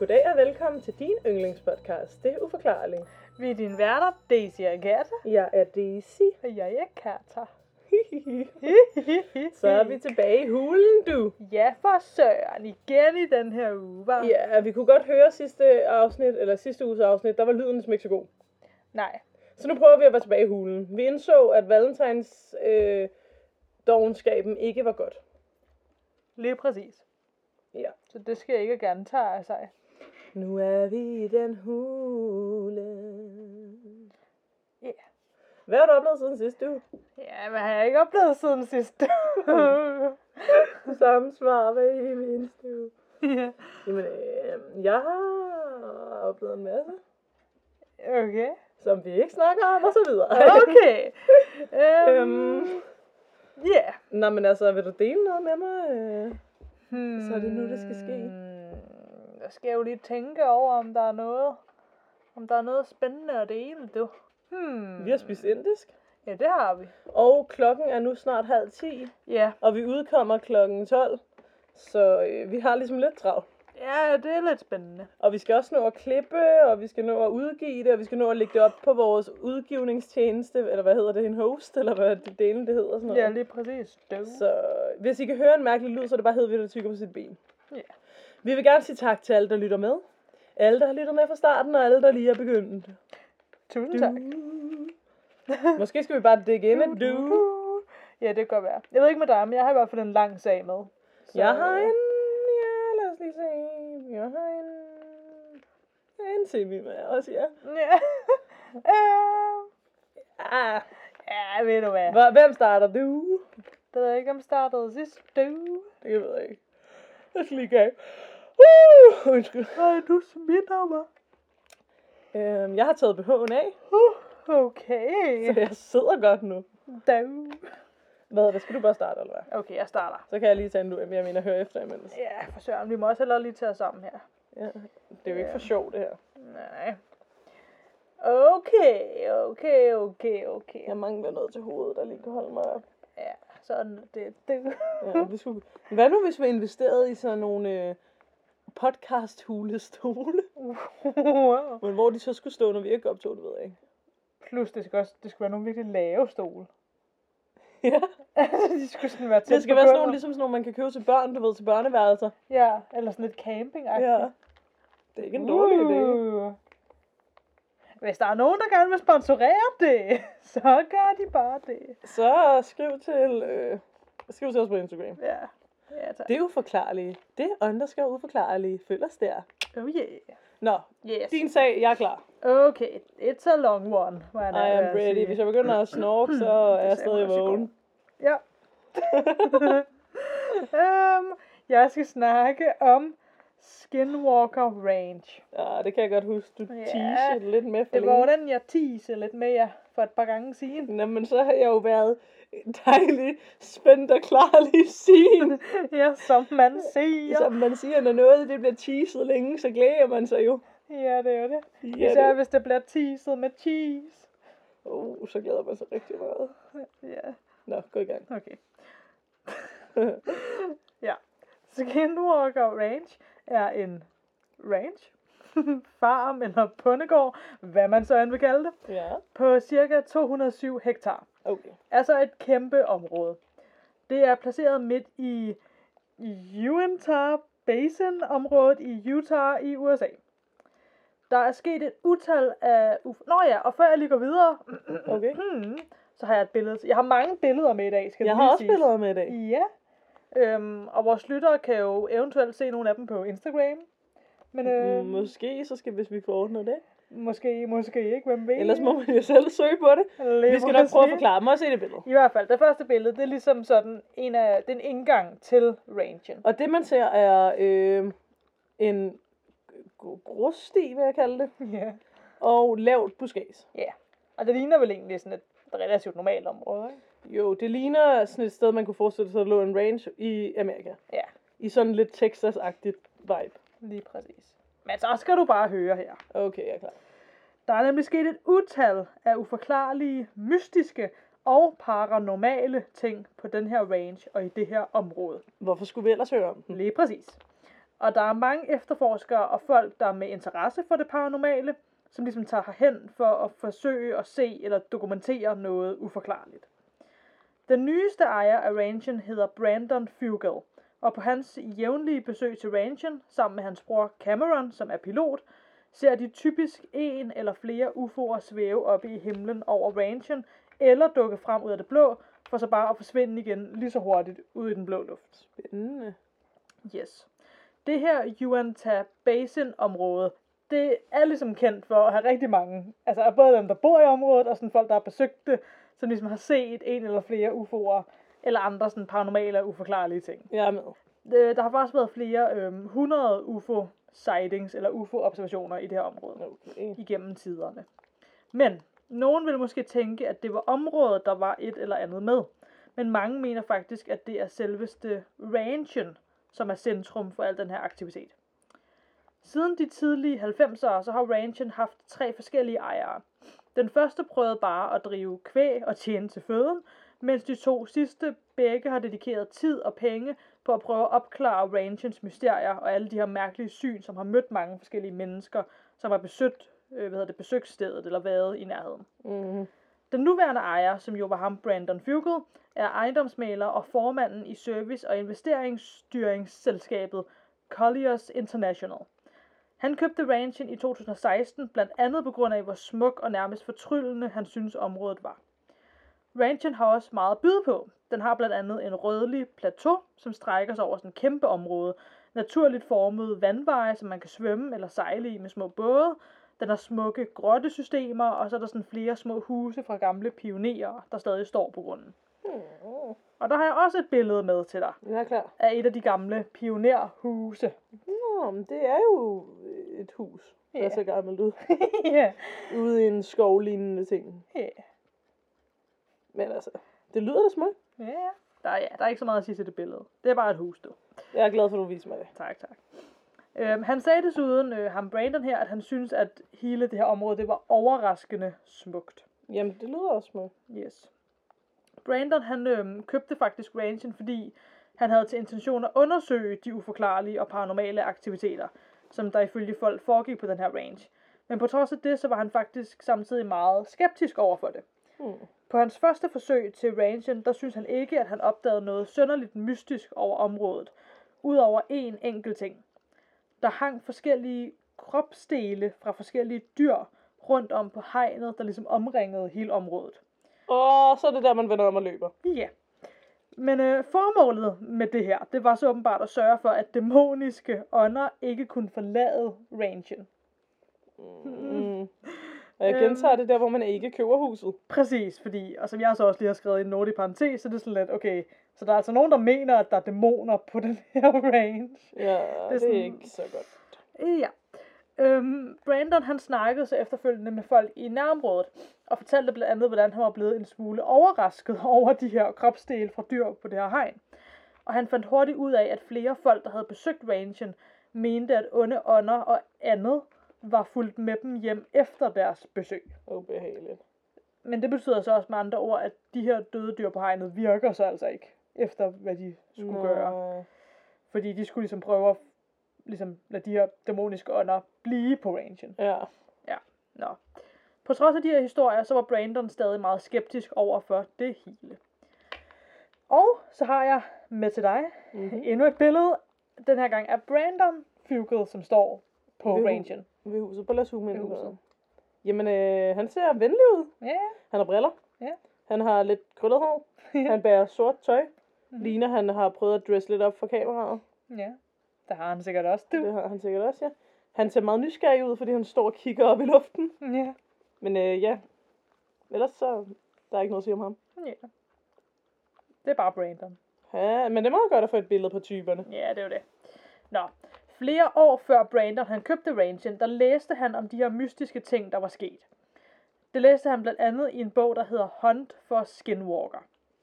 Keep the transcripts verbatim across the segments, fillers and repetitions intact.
Goddag og velkommen til din yndlingspodcast, Det Uforklarlige. Vi er dine værter, Daisy og Gerda. Jeg er Daisy. Og jeg er Katter. Så er vi tilbage i hulen, du. Ja, for søren. Igen i den her uge, var? Ja, vi kunne godt høre sidste afsnit, eller sidste uges afsnit, der var lyden ligesom ikke så god. Nej. Så nu prøver vi at være tilbage i hulen. Vi indså, at Valentines øh, dovenskaben ikke var godt. Lige præcis. Ja. Så det skal jeg ikke gerne tage af sig. Nu er vi i den hule. Ja. Yeah. Hvad har du oplevet siden sidste uge? Ja, hvad har jeg ikke oplevet siden sidste uge? Samme svar hver i mindste uge. Ja. Jamen, øh, jeg har oplevet en masse, Okay. som vi ikke snakker om, og så videre. Okay. øhm, um, ja. Yeah. Nå, men altså, vil du dele noget med mig? Øh, Hmm. Så er det nu, det skal ske. Der skal jeg jo lige tænke over, om der er noget, om der er noget spændende at dele, du. Hmm. Vi har spist indisk, Ja, det har vi. og klokken er nu snart halv ti, Ja. og vi udkommer klokken tolv, så øh, vi har ligesom lidt travlt. Ja, det er lidt spændende. Og vi skal også nå at klippe, og vi skal nå at udgive det, og vi skal nå at lægge det op på vores udgivningstjeneste, eller hvad hedder det, en host, eller hvad det delen det hedder. Sådan noget. Ja, lige præcis. Du. Så hvis I kan høre en mærkelig lyd, så er det bare hedder vi, der tykker på sit ben. Ja. Vi vil gerne sige tak til alle, der lytter med. Alle, der har lyttet med fra starten, og alle, der lige er begyndt. Tusind tak. Måske skal vi bare dække ind et du. Ja, det kan godt være. Jeg ved ikke med dig, men jeg har i hvert fald en lang sag med. Så, Jeg har en... Ja, lad os lige se. Jeg har en... En semi med også, ja. Ja. uh, Ah. ja, ved du hvad. Hvor- Hvem starter du? Det ved jeg ikke, om startede sidst. Du. Det ved jeg ikke. Jeg skal lige gang. Uh, undskyld. Ej, du smitter mig. Øhm, jeg har taget B H'en af, Uh, okay. så jeg sidder godt nu. Du. Hvad er det? Skal du bare starte, eller hvad? Okay, jeg starter. Så kan jeg lige tage en lur, jeg mener, høre efter imens. Ja, for søren. Vi må også hellere lige tage os sammen her. Ja, det er jo ikke for sjov, det her. Nej. Okay, okay, okay, okay. Jeg mangler noget til hovedet, der lige kan holde mig op. Ja, sådan det. det. Ja, vi skulle... Hvad nu, hvis vi investerede i sådan nogle øh, podcast-hulestole? Wow. Men hvor de så skulle stå, når vi ikke optog, det ved jeg ikke. Plus, det skal også det skal være nogle virkelig lave stole. Ja, De skulle sådan være tæt det skal på være sådan nogle, gulvet. ligesom sådan nogle, man kan købe til børn, du ved, til børneværelser. Ja, eller sådan et camping. Ja, det er ikke en dårlig idé. Uh. Hvis der er nogen, der gerne vil sponsorere det, så gør de bare det. Så skriv til, øh, skriv til os på Instagram. Ja, ja tak. Det er uforklarlige. Det er underskrev uforklarlige. Følg os der. Oh yeah. Nå, Yes. din sag, jeg er klar. Okay, it's a long one. Var jeg I nær ved am at ready. sige. Hvis jeg begynder at snorke, så er jeg Det sagde stadig man også i går. vågen. Ja. um, jeg skal snakke om Skinwalker Range. Ja, det kan jeg godt huske. Du Ja, teasede lidt med for Det var længe. den, jeg teasede lidt med jer for et par gange siden. Nå, men så har jeg jo været dejlig spændt og klar lige siden. Ja, som man siger. Som man siger, når noget det bliver teaset længe, så glæder man sig jo. Ja, det er jo det. Ja, Især det. hvis det bliver teaset med cheese. Uh, så glæder man sig rigtig meget. Ja, Nå, gå i gang. okay. Ja. Skinwalker Range er en range, farm eller bondegård, hvad man så end vil kalde det, Ja, på cirka to hundrede og syv hektar. okay. Altså et kæmpe område. Det er placeret midt i Uinta Basin området i Utah i U S A. Der er sket et utal af... Uf- Nå ja, og før jeg lige går videre, Okay. hmm, så har jeg et billede. Jeg har mange billeder med i dag, skal Jeg det har lige også siges. billeder med i dag. Ja. Øhm, og vores lyttere kan jo eventuelt se nogle af dem på Instagram. Men øh, Mm, Måske, så skal hvis vi får ordnet det. måske, måske ikke, hvem ved. Ellers må man jo selv søge på det. Lige Vi skal nok prøve at præcis. forklare. Må jeg se det billede. I hvert fald, det første billede, det er ligesom sådan en af den indgang til rangen. Og det man ser er øh, en gr- grussti, vil jeg kalde det. Ja. Og lavt buskads. Ja. Og det ligner vel egentlig sådan et relativt normalt område, ikke? Jo, det ligner sådan et sted, man kunne forestille sig, at der lå en range i Amerika. Ja, I sådan lidt Texas-agtigt vibe. lige præcis. Men så skal du bare høre her. Okay, jeg er klar. Der er nemlig sket et utal af uforklarlige, mystiske og paranormale ting på den her range og i det her område. Hvorfor skulle vi ellers høre om den? Lige præcis. Og der er mange efterforskere og folk, der er med interesse for det paranormale, som ligesom tager herhen for at forsøge at se eller dokumentere noget uforklarligt. Den nyeste ejer af ranchen hedder Brandon Fugal, og på hans jævnlige besøg til ranchen, sammen med hans bror Cameron, som er pilot, ser de typisk en eller flere U F O'er svæve oppe i himlen over ranchen, eller dukke frem ud af det blå, for så bare at forsvinde igen lige så hurtigt ud i den blå luft. Spændende. Yes. Det her Uinta Basin-område, det er ligesom kendt for at have rigtig mange, altså både dem, der bor i området, og sådan folk, der har besøgt det, som ligesom har set en eller flere U F O'er, eller andre sådan paranormale og uforklarlige ting. Jeg er med. Der har faktisk været flere øhm, hundrede U F O-sightings, eller U F O-observationer i det her område, Okay. igennem tiderne. Men nogen vil måske tænke, at det var området, der var et eller andet med. Men mange mener faktisk, at det er selveste ranchen, som er centrum for al den her aktivitet. Siden de tidlige halvfemsere, så har ranchen haft tre forskellige ejere. Den første prøvede bare at drive kvæg og tjene til føden, mens de to sidste begge har dedikeret tid og penge på at prøve at opklare ranchens mysterier og alle de her mærkelige syn, som har mødt mange forskellige mennesker, som har besøgt øh, hvad hedder det, besøgsstedet eller været i nærheden. Mm-hmm. Den nuværende ejer, som jo var ham Brandon Fugal, er ejendomsmaler og formanden i service- og investeringsstyringsselskabet Colliers International. Han købte ranchen i to tusind og seksten, blandt andet på grund af, hvor smuk og nærmest fortryllende han synes området var. Ranchen har også meget at byde på. Den har blandt andet en rødlig plateau, som strækker sig over sådan et kæmpe område. Naturligt formede vandveje, som man kan svømme eller sejle i med små både. Den har smukke grottesystemer, og så er der sådan flere små huse fra gamle pionerer, der stadig står på grunden. Mm. Og der har jeg også et billede med til dig, Jeg er klar. af et af de gamle pionerhuse. Nå, men det er jo et hus, der Ja. ser gammelt ud. Ja. Ude i en skovlignende ting. Ja. Men altså, det lyder da smukt. Ja, der er, ja, der er ikke så meget at sige til det billede. Det er bare et hus, du. Jeg er glad for, at du viser mig det. Tak, tak. Øhm, han sagde desuden, øh, ham Brandon her, at han synes, at hele det her område, det var overraskende smukt. Jamen, det lyder også smukt. Yes. Brandon, han øhm, købte faktisk ranchen, fordi han havde til intention at undersøge de uforklarlige og paranormale aktiviteter, som der ifølge folk foregik på den her ranch. Men på trods af det, så var han faktisk samtidig meget skeptisk over for det. Hmm. På hans første forsøg til ranchen, der synes han ikke, at han opdagede noget synderligt mystisk over området, udover en enkelt ting. Der hang forskellige kropsdele fra forskellige dyr rundt om på hegnet, der ligesom omringede hele området. Og så er det der, man vender om og løber. Ja. Men øh, formålet med det her, det var så åbenbart at sørge for, at dæmoniske ånder ikke kunne forlade ranchen. Mm. Og jeg gentager det der, hvor man ikke køber huset. Præcis, fordi, og som jeg så også lige har skrevet i en note i parentes, så det er sådan lidt, okay, så der er altså nogen, der mener, at der er dæmoner på den her range. Ja, det er, det sådan- er ikke så godt. Ja. Øhm, Brandon, han snakkede så efterfølgende med folk i nærområdet, og fortalte blandt andet, hvordan han var blevet en smule overrasket over de her kropsdele fra dyr på det her hegn. Og han fandt hurtigt ud af, at flere folk, der havde besøgt ranchen, mente, at onde ånder og andet var fulgt med dem hjem efter deres besøg. Ubehageligt. Men det betyder så også med andre ord, at de her døde dyr på hegnet virker så altså ikke efter, hvad de skulle Nå. gøre. Fordi de skulle ligesom prøve at ligesom, lade de her dæmoniske ånder blive på ranchen. Ja. Nå. På trods af de her historier, så var Brandon stadig meget skeptisk over for det hele. Og så har jeg med til dig Mm-hmm. endnu et billede. Den her gang er Brandon Fugal, som står på Ved hu- ranchen. Ved huset på Lasumen. Ved huset. Jamen, øh, han ser venlig ud. Ja, Han har briller. Ja. Han har lidt krøllet hår. Han bærer sort tøj. Mm-hmm. Ligner, han har prøvet at dresse lidt op for kameraet. ja. Det har han sikkert også, du. Det har han sikkert også, ja. Han ser meget nysgerrig ud, fordi han står og kigger op i luften. Ja. Men øh, ja, ellers så der er ikke noget at sige om ham. ja. Det er bare Brandon. Ja, men det er meget godt at få et billede på typerne. Ja, det er jo det. Nå. Flere år før Brandon han købte ranchen, der læste han om de her mystiske ting, der var sket. Det læste han blandt andet i en bog, der hedder Hunt for Skinwalker.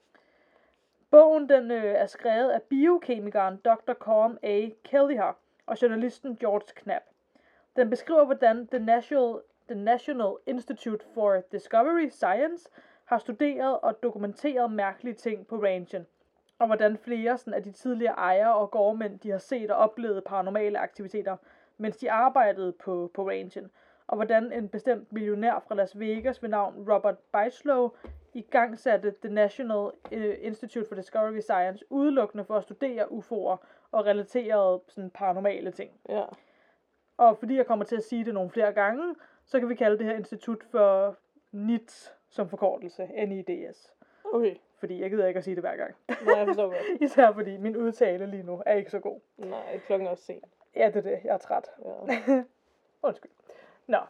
Bogen den, øh, er skrevet af biokemikeren doktor Corm A. Kelleher og journalisten George Knapp. Den beskriver, hvordan The National, The National Institute for Discovery Science har studeret og dokumenteret mærkelige ting på ranchen, og hvordan flere sådan, af de tidligere ejere og gårdmænd, de har set og oplevet paranormale aktiviteter, mens de arbejdede på, på ranchen, og hvordan en bestemt millionær fra Las Vegas ved navn Robert Beislow i gang satte The National Institute for Discovery Science udelukkende for at studere U F O'er og relaterede sådan, paranormale ting. Ja. Og fordi jeg kommer til at sige det nogle flere gange, så kan vi kalde det her institut for N I T som forkortelse, N I D S. Okay. Fordi jeg gider ikke at sige det hver gang. Nej, jeg forstår godt. Især fordi min udtale lige nu er ikke så god. Nej, klokken er også sent. Ja, det er det. Jeg er træt. Ja. Undskyld. Nå.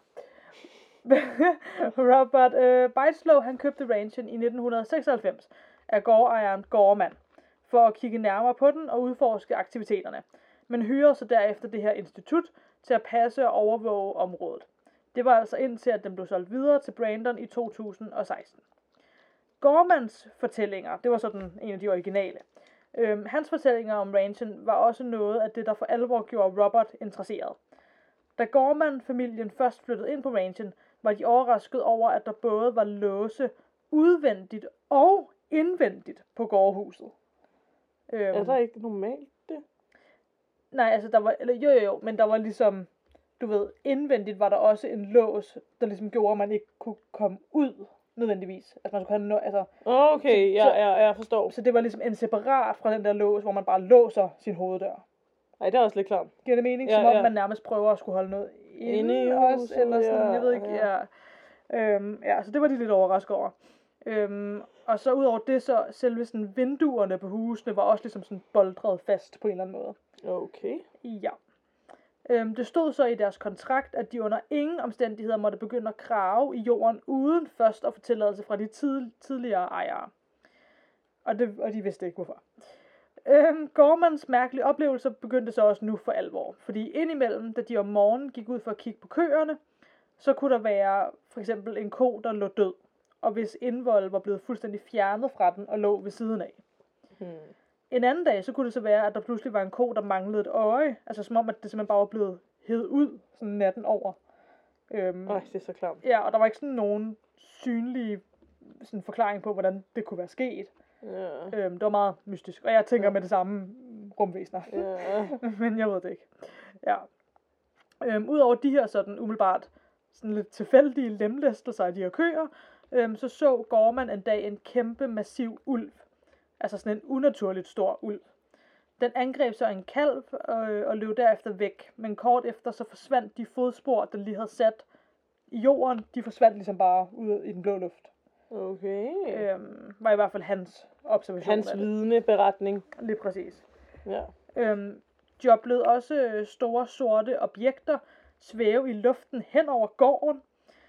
Robert øh, Beislow, han købte ranchen i nitten seksoghalvfems af gårdejeren Gorman for at kigge nærmere på den og udforske aktiviteterne, men hyrede så derefter det her institut til at passe og overvåge området. Det var altså indtil, at den blev solgt videre til Brandon i to tusind og seksten. Gormans fortællinger, det var sådan en af de originale. Øhm, hans fortællinger om ranchen var også noget af det, der for alvor gjorde Robert interesseret. Da Gorman-familien først flyttede ind på ranchen, var de overrasket over, at der både var låse udvendigt og indvendigt på gårdhuset. Øhm, Er der ikke normalt det? Nej, altså der var, eller jo jo jo, men der var ligesom, du ved, indvendigt var der også en lås, der ligesom gjorde, at man ikke kunne komme ud nødvendigvis. Altså man skulle have, no- altså, Okay, ja, så- ja, jeg forstår. så det var ligesom en separat fra den der lås, hvor man bare låser sin hoveddør. Nej, det er også lidt klart. Giver det mening? Ja, Som om ja. man nærmest prøver at skulle holde noget inde, Inde i også, huset, eller sådan, ja, jeg ved ikke, ja. Ja. Øhm, ja, så det var de lidt overrasket over. Øhm, og så udover det, så selve sådan vinduerne på husene var også ligesom sådan boldret fast på en eller anden måde. Okay. Ja. Øhm, det stod så i deres kontrakt, at de under ingen omstændigheder måtte begynde at grave i jorden, uden først at få tilladelse fra de tid- tidligere ejere. Og, det, og de vidste ikke hvorfor. Øhm, Gormans mærkelige oplevelser begyndte så også nu for alvor. Fordi indimellem, da de om morgenen gik ud for at kigge på køerne, så kunne der være for eksempel en ko, der lå død. Og hvis indvold var blevet fuldstændig fjernet fra den og lå ved siden af. Hmm. En anden dag, så kunne det så være, at der pludselig var en ko, der manglede et øje. Altså som om, at det simpelthen bare var blevet hevet ud sådan natten over. Øhm, Ej, det er så klart. ja, og der var ikke sådan nogen synlig sådan forklaring på, hvordan det kunne være sket. Ja. Øhm, det var meget mystisk. Og jeg tænker Ja. med det samme rumvæsener. Ja. Men jeg ved det ikke. Ja. Øhm, Udover de her sådan umiddelbart sådan lidt tilfældige lemlæstelser af de her køer, øhm, så så Gorman en dag en kæmpe massiv ulv. Altså sådan en unaturligt stor ulv. Den angreb så en kalv og, og løb derefter væk. Men kort efter så forsvandt de fodspor, den lige havde sat i jorden. De forsvandt ligesom bare ud i den blå luft. Okay. Øhm, var i hvert fald hans observation Hans af det. vidneberetning. Lige præcis. Ja. Øhm, de oplevede også øh, store sorte objekter svæve i luften hen over gården.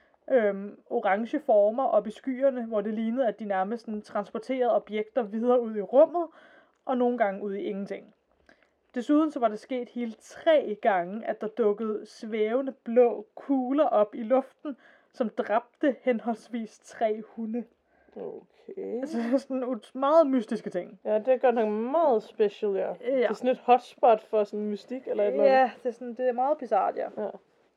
Øhm, orange former op i skyerne, hvor det lignede, at de nærmest sådan, transporterede objekter videre ud i rummet, og nogle gange ud i ingenting. Desuden så var det sket hele tre gange, at der dukkede svævende blå kugler op i luften, som dræbte henholdsvis tre hunde. Okay. Altså sådan nogle meget mystiske ting. Ja, det er godt nok meget special, ja. Ja. Det er sådan et hotspot for sådan mystik eller et eller andet. Ja, det er, sådan, det er meget bizarrt, ja. Ja.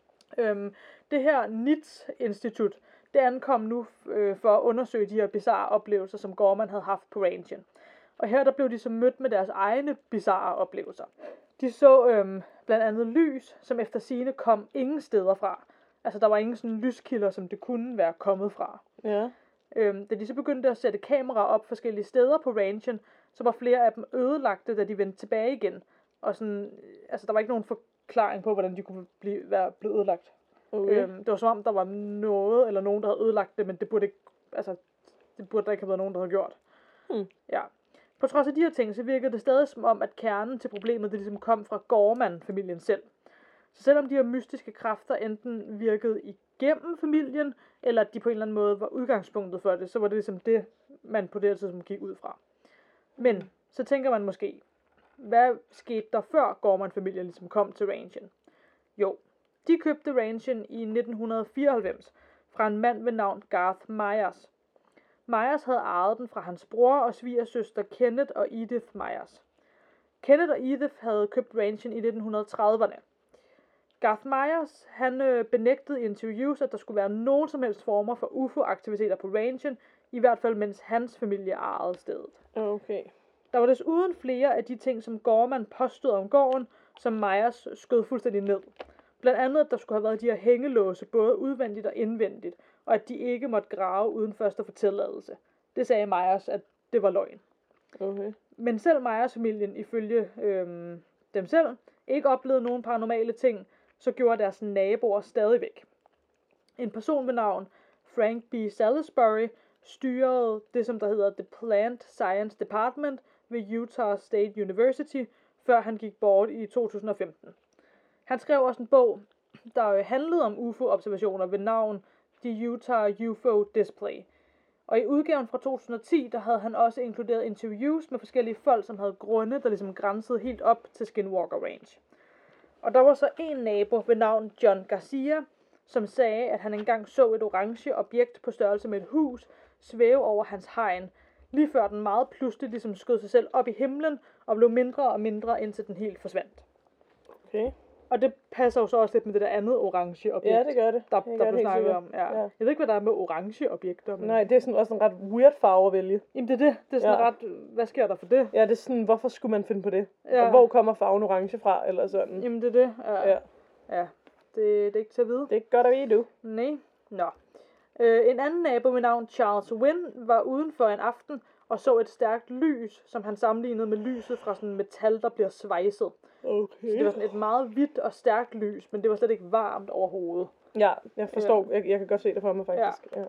Øhm, det her N I T-institut, det ankom nu øh, for at undersøge de her bizarre oplevelser, som Gorman havde haft på ranchen. Og her der blev de så mødt med deres egne bizarre oplevelser. De så øhm, blandt andet lys, som efter sigende kom ingen steder fra. Altså der var ingen sådan lyskilder, som det kunne være kommet fra. Ja. Øhm, da de så begyndte at sætte kameraer op forskellige steder på ranchen, så var flere af dem ødelagte, da de vendte tilbage igen. Og sådan, altså der var ikke nogen forklaring på, hvordan de kunne blive, være blevet ødelagt. Okay. Øhm, det var som om, der var noget eller nogen, der havde ødelagt det, men det burde ikke, altså, det burde der ikke have været nogen, der havde gjort. Hmm. Ja. På trods af de her ting, så virkede det stadig som om, at kernen til problemet, det ligesom kom fra Gorman-familien selv. Så selvom de her mystiske kræfter enten virkede igennem familien, eller at de på en eller anden måde var udgangspunktet for det, så var det ligesom det, man på det her tidspunkt gik ud fra. Men, så tænker man måske, hvad skete der før Gorman-familien ligesom kom til ranchen? Jo, de købte ranchen i nitten fireoghalvfems fra en mand ved navn Garth Myers. Myers havde ejet den fra hans bror og svigersøster Kenneth og Edith Myers. Kenneth og Edith havde købt ranchen i nitten trediverne. Garth Myers, han øh, benægtede i interviews, at der skulle være nogen som helst former for U F O-aktiviteter på ranchen, i hvert fald mens hans familie ejede stedet. Okay. Der var desuden flere af de ting, som Gorman påstod om gården, som Myers skød fuldstændig ned. Blandt andet, at der skulle have været de her hængelåse, både udvendigt og indvendigt, og at de ikke måtte grave uden først at få tilladelse. Det sagde Myers, at det var løgn. Okay. Men selv Myers-familien, ifølge øhm, dem selv, ikke oplevede nogen paranormale ting, så gjorde deres naboer stadigvæk. En person ved navn Frank B. Salisbury styrede det, som der hedder The Plant Science Department ved Utah State University, før han gik bort i to tusind og femten. Han skrev også en bog, der handlede om U F O-observationer ved navn The Utah U F O Display. Og i udgaven fra to tusind og ti, der havde han også inkluderet interviews med forskellige folk, som havde grunde, der ligesom grænsede helt op til Skinwalker Range. Og der var så en nabo ved navn John Garcia, som sagde, at han engang så et orange objekt på størrelse med et hus svæve over hans hegn, lige før den meget pludselig ligesom skød sig selv op i himlen og blev mindre og mindre, indtil den helt forsvandt. Okay. Og det passer jo så også lidt med det der andet orange objekt, Ja, det gør det. der, Det der gør blev det helt snakket sikkert. om. Ja. Ja. Jeg ved ikke, hvad der er med orange objekter. Men... Nej, det er sådan også en ret weird farve at vælge. Jamen det er det. Det er sådan Ja. ret, hvad sker der for det? Ja, det er sådan, hvorfor skulle man finde på det? Ja. Og hvor kommer farven orange fra, eller sådan? Jamen det er det. Ja. Ja. ja. Det, det er ikke til at vide. Det er godt at vide, du. Nej. Nå. Øh, en anden nabo med navn Charles Wynn var udenfor en aften og så et stærkt lys, som han sammenlignede med lyset fra sådan metal, der bliver svejset. Okay. Så det var sådan et meget hvidt og stærkt lys, men det var slet ikke varmt overhovedet. Ja, jeg forstår. Jeg, jeg kan godt se det for mig, faktisk. Ja. Ja.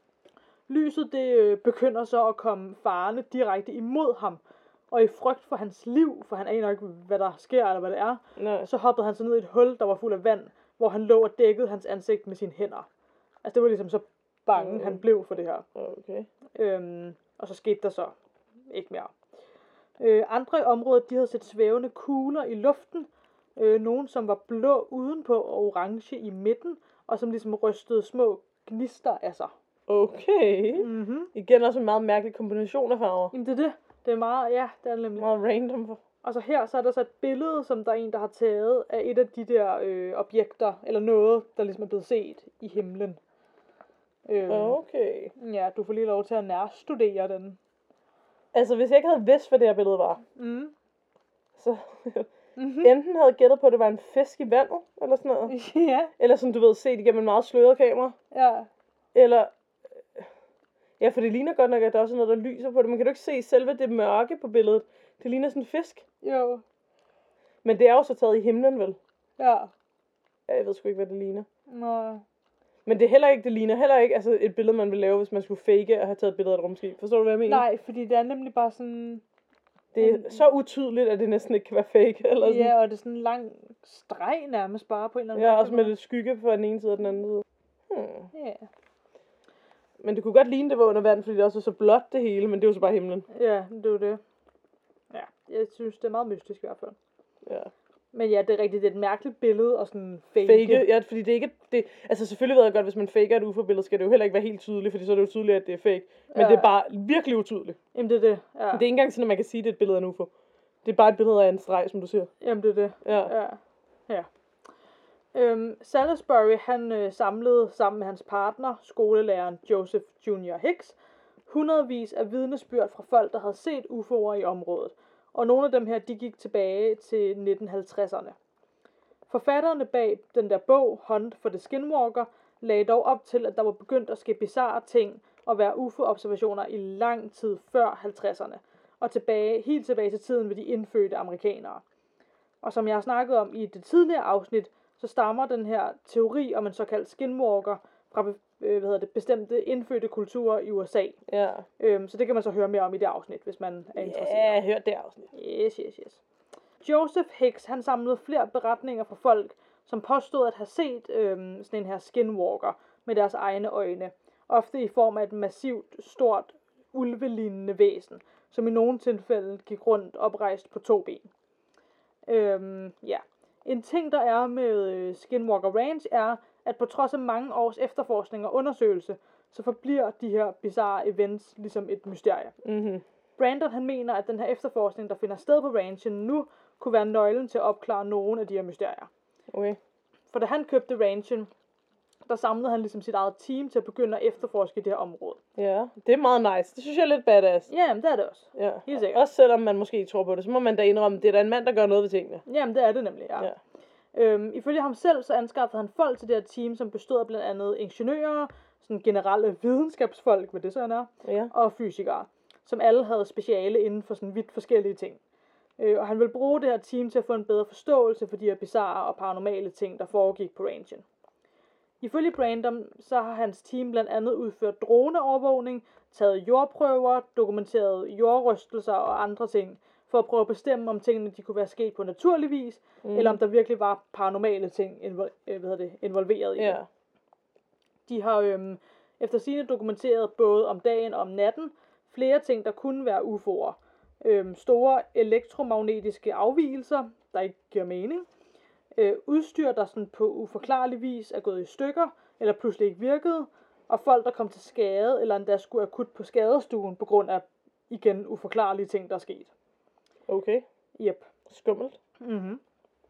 Lyset, det øh, begynder så at komme farende direkte imod ham, og i frygt for hans liv, for han aner ikke, hvad der sker eller hvad det er, Nej. så hoppede han så ned i et hul, der var fuld af vand, hvor han lå og dækkede hans ansigt med sine hænder. Altså det var ligesom så bange, Mm. han blev for det her. Okay. Øhm, og så skete der så ikke mere. Øh, andre i området, de havde set svævende kugler i luften, øh, nogle som var blå udenpå og orange i midten, og som ligesom rystede små gnister af sig. Okay. Mm-hmm. Igen også en meget mærkelig kombination af farver. Jamen det er det. Det er meget, ja, det er nemlig. Meget random. Og så her, så er der så et billede, som der er en, der har taget af et af de der øh, objekter, eller noget, der ligesom er blevet set i himlen. Øhm, Okay. Ja, du får lige lov til at nærstudere den. Altså, hvis jeg ikke havde vidst, hvad det her billede var, Mm. så Mm-hmm. enten havde jeg gættet på, at det var en fisk i vandet, eller sådan noget. Ja, Eller som du ved, set igennem en meget sløret kamera. ja. Eller... Ja, for det ligner godt nok, at der også er noget, der lyser på det. Man kan jo ikke se selve det mørke på billedet. Det ligner sådan en fisk. Jo. Men det er jo så taget i himlen, vel? Ja. Ja, jeg ved sgu ikke, hvad det ligner. Nå. Men det er heller ikke, det ligner heller ikke altså et billede, man vil lave, hvis man skulle fake og have taget et billede af et rumskib. Forstår du, hvad jeg mener? Nej, fordi det er nemlig bare sådan... Det er så utydeligt, at det næsten ikke kan være fake. Eller sådan. Ja, og det er sådan en lang streg nærmest bare på en eller anden Ja, måde. også med lidt skygge på den ene side og den anden side. Hmm. Ja. Men det kunne godt ligne, det var under vand, fordi det også er så blåt det hele, men det er jo så bare himlen. Ja, det er jo det. Ja, jeg synes, det er meget mystisk i hvert fald. Ja. Men ja, det er rigtigt, det er et mærkeligt billede og sådan fake. Fake, ja, fordi det er ikke, det, altså selvfølgelig ved jeg godt, hvis man faker et U F O-billede, skal det jo heller ikke være helt tydeligt, fordi så er det jo tydeligt, at det er fake. Men Ja. det er bare virkelig utydeligt. Jamen det er det, ja. Det er ikke engang sådan, at man kan sige, at det er et billede af en U F O. Det er bare et billede af en streg, som du siger. Jamen det er det. Ja. Ja. Ja. Øhm, Salisbury, han øh, samlede sammen med hans partner, skolelæreren Joseph junior Hicks, hundredvis af vidnesbyrd fra folk, der havde set U F O'er i området. Og nogle af dem her, de gik tilbage til nitten halvtredserne. Forfatterne bag den der bog, Hunt for the Skinwalker, lagde dog op til, at der var begyndt at ske bizarre ting og være U F O-observationer i lang tid før halvtredserne, og tilbage, helt tilbage til tiden ved de indfødte amerikanere. Og som jeg har snakket om i det tidligere afsnit, så stammer den her teori om en såkaldt skinwalker fra øh, hvad hedder det, bestemte indfødte kulturer i U S A. Ja. Øhm, så det kan man så høre mere om i det afsnit, hvis man er interesseret. Ja, hør det afsnit. Yes, yes, yes. Joseph Hicks, han samlede flere beretninger fra folk, som påstod at have set øhm, sådan en her skinwalker med deres egne øjne. Ofte i form af et massivt, stort, ulvelignende væsen, som i nogle tilfælde gik rundt oprejst på to ben. Øhm, ja. En ting, der er med øh, Skinwalker Range, er, at på trods af mange års efterforskning og undersøgelse, så forbliver de her bizarre events ligesom et mysterie. Mhm. Brandon han mener, at den her efterforskning, der finder sted på ranchen nu, kunne være nøglen til at opklare nogle af de her mysterier. Okay. For da han købte ranchen, der samlede han ligesom sit eget team til at begynde at efterforske det her område. Ja, det er meget nice. Det synes jeg er lidt badass. Ja, men det er det også. Ja. Helt sikkert. Også selvom man måske ikke tror på det, så må man da indrømme, at det er da en mand, der gør noget ved tingene. Jamen, det er det nemlig, ja. Ja. Øhm, ifølge ham selv, så anskaffede han folk til det her team, som bestod af blandt andet ingeniører, sådan generelle videnskabsfolk, hvad det så er, Ja. og fysikere, som alle havde speciale inden for sådan vidt forskellige ting. Øh, og han ville bruge det her team til at få en bedre forståelse for de her bizarre og paranormale ting, der foregik på ranchen. Ifølge Brandon, så har hans team blandt andet udført droneovervågning, taget jordprøver, dokumenteret jordrystelser og andre ting, for at prøve at bestemme, om tingene de kunne være sket på naturlig vis, mm. eller om der virkelig var paranormale ting invol- øh, hvad det, involveret i Ja. det. De har øhm, efter sigende dokumenteret både om dagen og om natten flere ting, der kunne være U F O'er. Øhm, store elektromagnetiske afvigelser, der ikke giver mening. Øh, udstyr, der sådan på uforklarlig vis er gået i stykker, eller pludselig ikke virkede. Og folk, der kom til skade, eller endda skulle akut på skadestuen, på grund af, igen, uforklarlige ting, der er sket. Okay. Yep. Skummelt. Mm-hmm.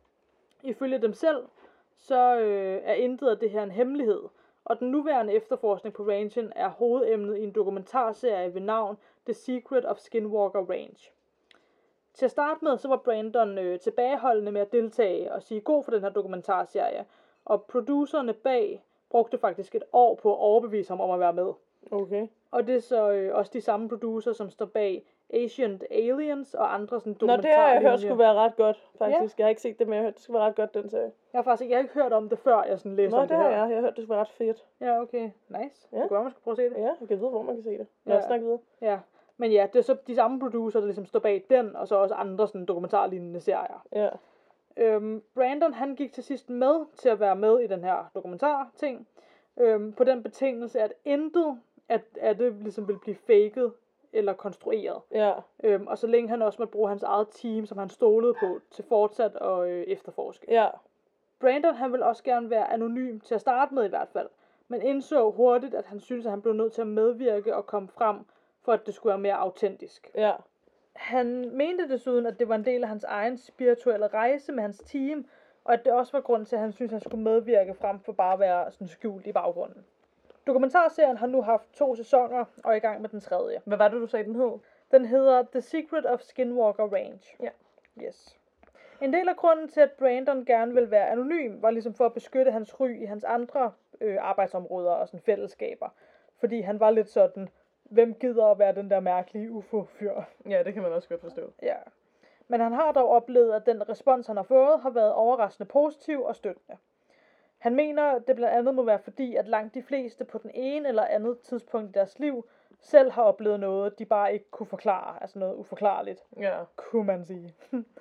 Ifølge dem selv, så øh, er intet af det her en hemmelighed, og den nuværende efterforskning på ranchen er hovedemnet i en dokumentarserie ved navn The Secret of Skinwalker Ranch. Til at starte med, så var Brandon øh, tilbageholdende med at deltage og sige god for den her dokumentarserie, og producerne bag brugte faktisk et år på at overbevise ham om at være med. Okay. Og det er så øh, også de samme producer, som står bag Ancient Aliens og andre sådan Nå, dokumentarlinjer. det har jeg hørt skulle være ret godt, faktisk. Ja. Jeg har ikke set det, men jeg har hørt, det skulle være ret godt, den serie. Jeg har faktisk ikke, jeg har ikke hørt om det før, jeg sådan læste Nå, om det det har her. jeg. Jeg har hørt, det skulle være ret fedt. Ja, okay. Nice. Ja. Det kunne være, man skulle prøve at se det. Ja, jeg kan vide, hvor man kan se det. Lad os Ja. snakke videre. Ja. Men ja, det er så de samme producer, der ligesom står bag den, og så også andre sådan dokumentarlignende serier. Ja. Øhm, Brandon, han gik til sidst med til at være med i den her dokumentar-ting, øhm, på den betingelse, at intet at, at det ligesom vil blive faked eller konstrueret. Ja. Øhm, og så længe han også måtte bruge hans eget team, som han stolede på, til fortsat at øh, efterforske. Ja. Brandon, han ville også gerne være anonym til at starte med i hvert fald, men indså hurtigt, at han syntes, at han blev nødt til at medvirke og komme frem, for at det skulle være mere autentisk. Ja. Han mente desuden, at det var en del af hans egen spirituelle rejse med hans team, og at det også var grund til, at han syntes, at han skulle medvirke frem for bare at være sådan skjult i baggrunden. Dokumentarserien har nu haft to sæsoner og er i gang med den tredje. Hvad var det, du sagde, den hed? Den hedder The Secret of Skinwalker Ranch. Ja. Yes. En del af grunden til, at Brandon gerne ville være anonym, var ligesom for at beskytte hans ry i hans andre øh, arbejdsområder og sådan fællesskaber. Fordi han var lidt sådan, hvem gider at være den der mærkelige U F O-fyr? Ja, det kan man også godt forstå. Ja. Men han har dog oplevet, at den respons, han har fået, har været overraskende positiv og støttende. Han mener, at det blandt andet må være fordi, at langt de fleste på den ene eller andet tidspunkt i deres liv, selv har oplevet noget, de bare ikke kunne forklare. Altså noget uforklarligt, Ja. kunne man sige.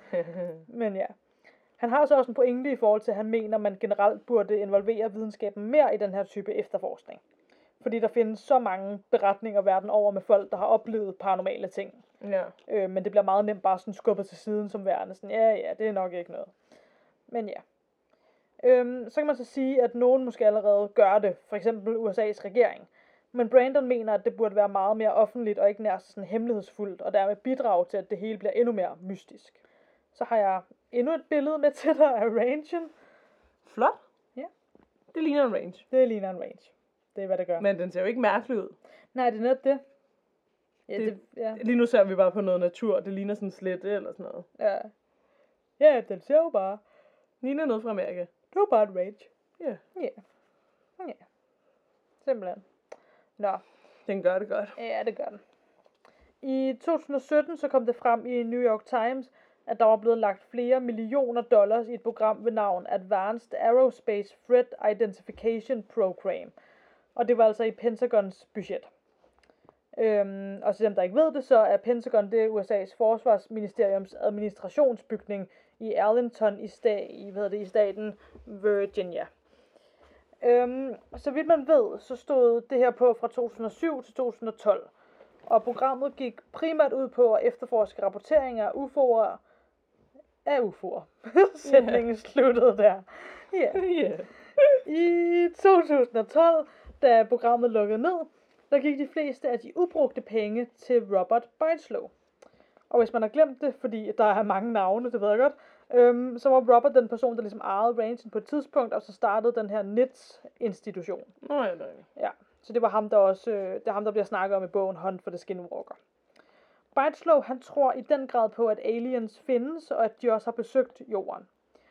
Men ja. Han har så også en pointe i forhold til, at han mener, at man generelt burde involvere videnskaben mere i den her type efterforskning. Fordi der findes så mange beretninger verden over med folk, der har oplevet paranormale ting. Ja. Øh, men det bliver meget nemt bare sådan skubbet til siden som værende. Sådan, ja, ja, det er nok ikke noget. Men ja. Øhm, så kan man så sige, at nogen måske allerede gør det. For eksempel U S A's regering. Men Brandon mener, at det burde være meget mere offentligt og ikke nær sådan hemmelighedsfuldt. Og dermed bidrage til, at det hele bliver endnu mere mystisk. Så har jeg endnu et billede med til dig af ranchen. Flot. Ja. Det ligner en range. Det ligner en range. Det er, hvad det gør. Men den ser jo ikke mærkelig ud. Nej, det er netop det. Ja, Det- det, ja. Lige nu ser vi bare på noget natur. Det ligner sådan en slette eller sådan noget. Ja. Ja, den ser jo bare. Ligner noget fra Amerika. Det var bare et range. Ja. Ja. Ja. Simpelthen. Nå. Den gør det godt. Ja, det gør den. I to tusind og sytten så kom det frem i New York Times, at der var blevet lagt flere millioner dollars i et program ved navn Advanced Aerospace Threat Identification Program. Og det var altså i Pentagons budget. Øhm, og til dem, der ikke ved det, så er Pentagon det U S A's forsvarsministeriums administrationsbygning i Arlington i, sta- i, hvad hedder det, i staten Virginia. Øhm, så vidt man ved, så stod det her på fra to tusind og syv til to tusind og tolv. Og programmet gik primært ud på at efterforske rapporteringer af U F O'er. Af U F O'er. Sætningen sluttede der. Ja. Yeah. I to tusind og tolv, da programmet lukkede ned, der gik de fleste af de ubrugte penge til Robert Bigelow. Og hvis man har glemt det, fordi der er mange navne, det ved jeg godt, Øhm, så var Robert den person, der ligesom ejede ranchen på et tidspunkt, og så startede den her N I T S-institution. Nå ja, nej. Ja, så det var ham, der også, øh, det er ham, der bliver snakket om i bogen Hunt for the Skinwalker. Beidslow, han tror i den grad på, at aliens findes, og at de også har besøgt jorden.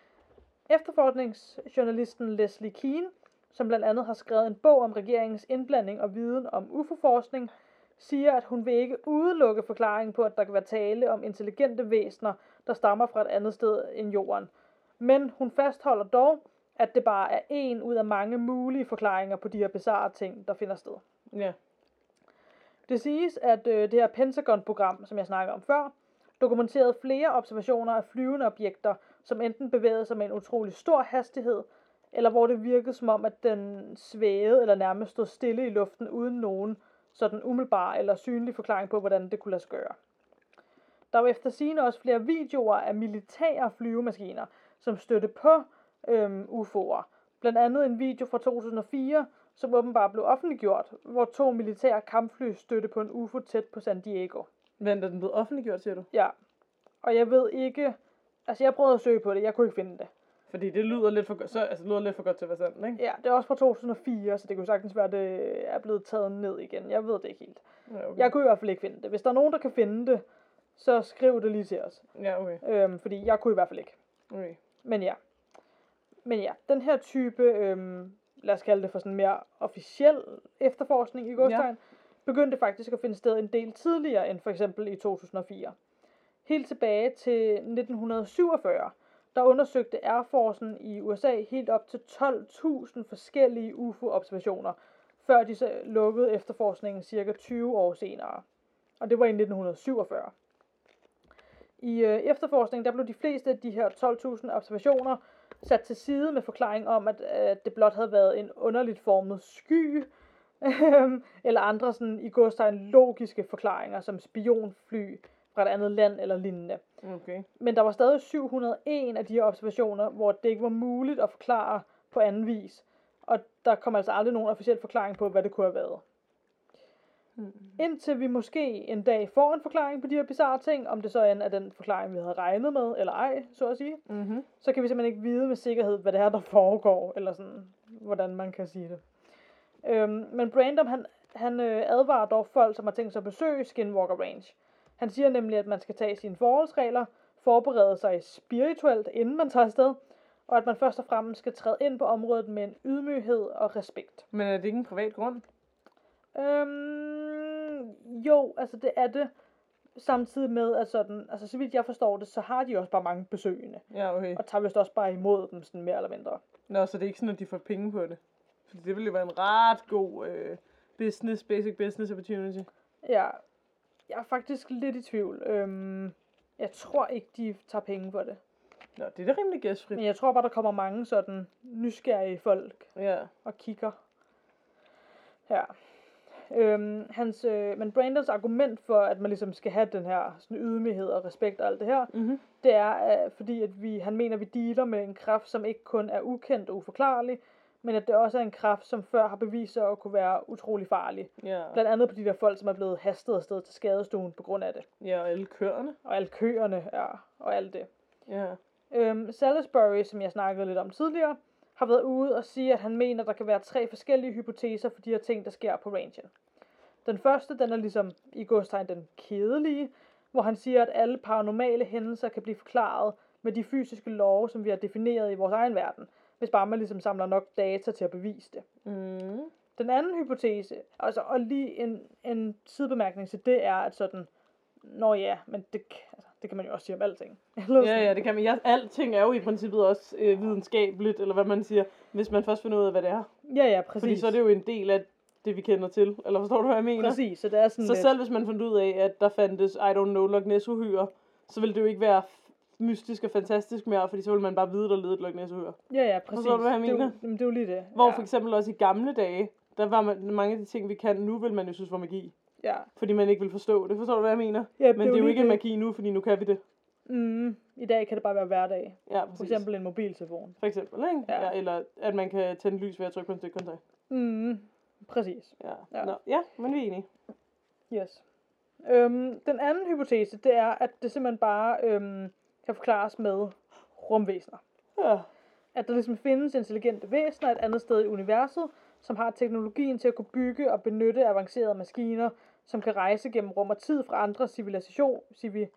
Efterforskningsjournalisten Leslie Keane, som blandt andet har skrevet en bog om regeringens indblanding og viden om U F O-forskning, siger, at hun vil ikke udelukke forklaringen på, at der kan være tale om intelligente væsener, der stammer fra et andet sted end jorden. Men hun fastholder dog, at det bare er en ud af mange mulige forklaringer på de her bizarre ting, der finder sted. Ja. Det siges, at øh, det her Pentagon-program, som jeg snakkede om før, dokumenterede flere observationer af flyvende objekter, som enten bevægede sig med en utrolig stor hastighed, eller hvor det virkede som om, at den svævede eller nærmest stod stille i luften uden nogen sådan umiddelbar eller synlig forklaring på, hvordan det kunne lade sig gøre. Der var efter sigende også flere videoer af militære flyvemaskiner, som stødte på øhm, U F O'er. Blandt andet en video fra to tusind og fire, som åbenbart blev offentliggjort, hvor to militære kampfly stødte på en U F O tæt på San Diego. Men er den blevet offentliggjort, siger du? Ja, og jeg ved ikke, altså jeg prøvede at søge på det, jeg kunne ikke finde det. Fordi det lyder lidt for godt, så, altså, det lyder lidt for godt til at være sandt, ikke? Ja, det er også fra to tusind og fire, så det kunne sagtens være, at det er blevet taget ned igen. Jeg ved det ikke helt. Ja, okay. Jeg kunne i hvert fald ikke finde det. Hvis der er nogen, der kan finde det, så skriv det lige til os. Ja, okay. Øhm, fordi jeg kunne i hvert fald ikke. Okay. Men ja. Men ja, den her type, øhm, lad os kalde det for sådan mere officiel efterforskning i godstegn, ja. begyndte faktisk at finde sted en del tidligere end for eksempel i to tusind og fire. Helt tilbage til nitten syvogfyrre, der undersøgte Air Force'en i U S A helt op til tolv tusind forskellige U F O-observationer, før de så lukkede efterforskningen cirka tyve år senere. Og det var i nitten syvogfyrre. I øh, efterforskningen der blev de fleste af de her tolv tusind observationer sat til side med forklaring om, at, at det blot havde været en underligt formet sky, eller andre sådan i godstegn logiske forklaringer, som spionfly fra et andet land eller lignende. Okay. Men der var stadig syv hundrede og en af de her observationer, hvor det ikke var muligt at forklare på anden vis. Og der kom altså aldrig nogen officiel forklaring på, hvad det kunne have været. Hmm. Indtil vi måske en dag får en forklaring på de her bizarre ting, om det så end er den forklaring, vi havde regnet med, eller ej, så at sige, mm-hmm. så kan vi simpelthen ikke vide med sikkerhed, hvad det er, der foregår, eller sådan, hvordan man kan sige det. Øhm, men Brandom, han, han øh, advarer dog folk, som har tænkt sig at besøge Skinwalker Ranch. Han siger nemlig, at man skal tage sine forholdsregler, forberede sig spirituelt, inden man tager afsted, og at man først og fremmest skal træde ind på området med en ydmyghed og respekt. Men er det ikke en privat grund? Øhm, jo, altså det er det, samtidig med, at sådan, altså så vidt jeg forstår det, så har de også bare mange besøgende. Ja, okay. Og tager vist også bare imod dem, sådan mere eller mindre. Nå, så det er ikke sådan, at de får penge på det? Fordi det ville jo være en ret god øh, business, basic business opportunity. Ja, jeg er faktisk lidt i tvivl. Øhm, jeg tror ikke, de tager penge for det. Nå, det er da rimelig gæstfrit. Men jeg tror bare, der kommer mange sådan nysgerrige folk ja. og kigger. Ja. Øhm, hans, øh, men Brandons argument for, at man ligesom skal have den her sådan ydmyghed og respekt og alt det her, mm-hmm. det er, øh, fordi at vi, han mener, at vi dealer med en kraft, som ikke kun er ukendt og uforklarlig, men at det også er en kraft, som før har bevist sig at kunne være utrolig farlig. Yeah. Blandt andet på de der folk, som er blevet hastet afsted til skadestuen på grund af det. Ja, og alle køerne. Og alle køerne, ja, og alt det. Ja. Øhm, Salisbury, som jeg snakkede lidt om tidligere, har været ude og sige, at han mener, at der kan være tre forskellige hypoteser for de her ting, der sker på ranchen. Den første, den er ligesom i godstegn den kedelige, hvor han siger, at alle paranormale hændelser kan blive forklaret med de fysiske love, som vi har defineret i vores egen verden, hvis bare man ligesom samler nok data til at bevise det. Mm. Den anden hypotese, altså, og lige en, en sidebemærkning til det, er, at sådan, nå ja, men det, altså, det kan man jo også sige om alting. Ja, ja, det kan man. Ja, alting er jo i princippet også øh, videnskabeligt, eller hvad man siger, hvis man først finder ud af, hvad det er. Ja, ja, præcis. Fordi så er det jo en del af det, vi kender til. Eller forstår du, hvad jeg mener? Præcis, så det er sådan Så lidt... selv hvis man fandt ud af, at der fandtes, I don't know, Loch Ness-uhyrer, så ville det jo ikke være mystisk og fantastisk mere, fordi så ville man bare vide, der led et Loch Ness-uhyr. Ja, ja, præcis. Forstår du, hvad jeg mener? Det er, jo, det er jo lige det. Hvor ja. for eksempel også i gamle dage, der var man, mange af de ting, vi kan nu, vil man jo synes var magi. Ja. Fordi man ikke vil forstå det. Forstår du, hvad jeg mener? Ja, men det er jo ikke det. Magi nu, fordi nu kan vi det. Mm, I dag kan det bare være hverdag. Ja, præcis. For eksempel en mobiltelefon. For eksempel, ikke? Ja. Ja, eller at man kan tænde lys ved at trykke på en stikkontakt. Mm, præcis. Ja. Ja. Nå, ja, men vi er enige. Yes. Øhm, den anden hypotese, det er, at det simpelthen bare øhm, kan forklares med rumvæsener. Ja. At der ligesom findes intelligente væsener et andet sted i universet, som har teknologien til at kunne bygge og benytte avancerede maskiner, som kan rejse gennem rum og tid fra andre civilisation, civi,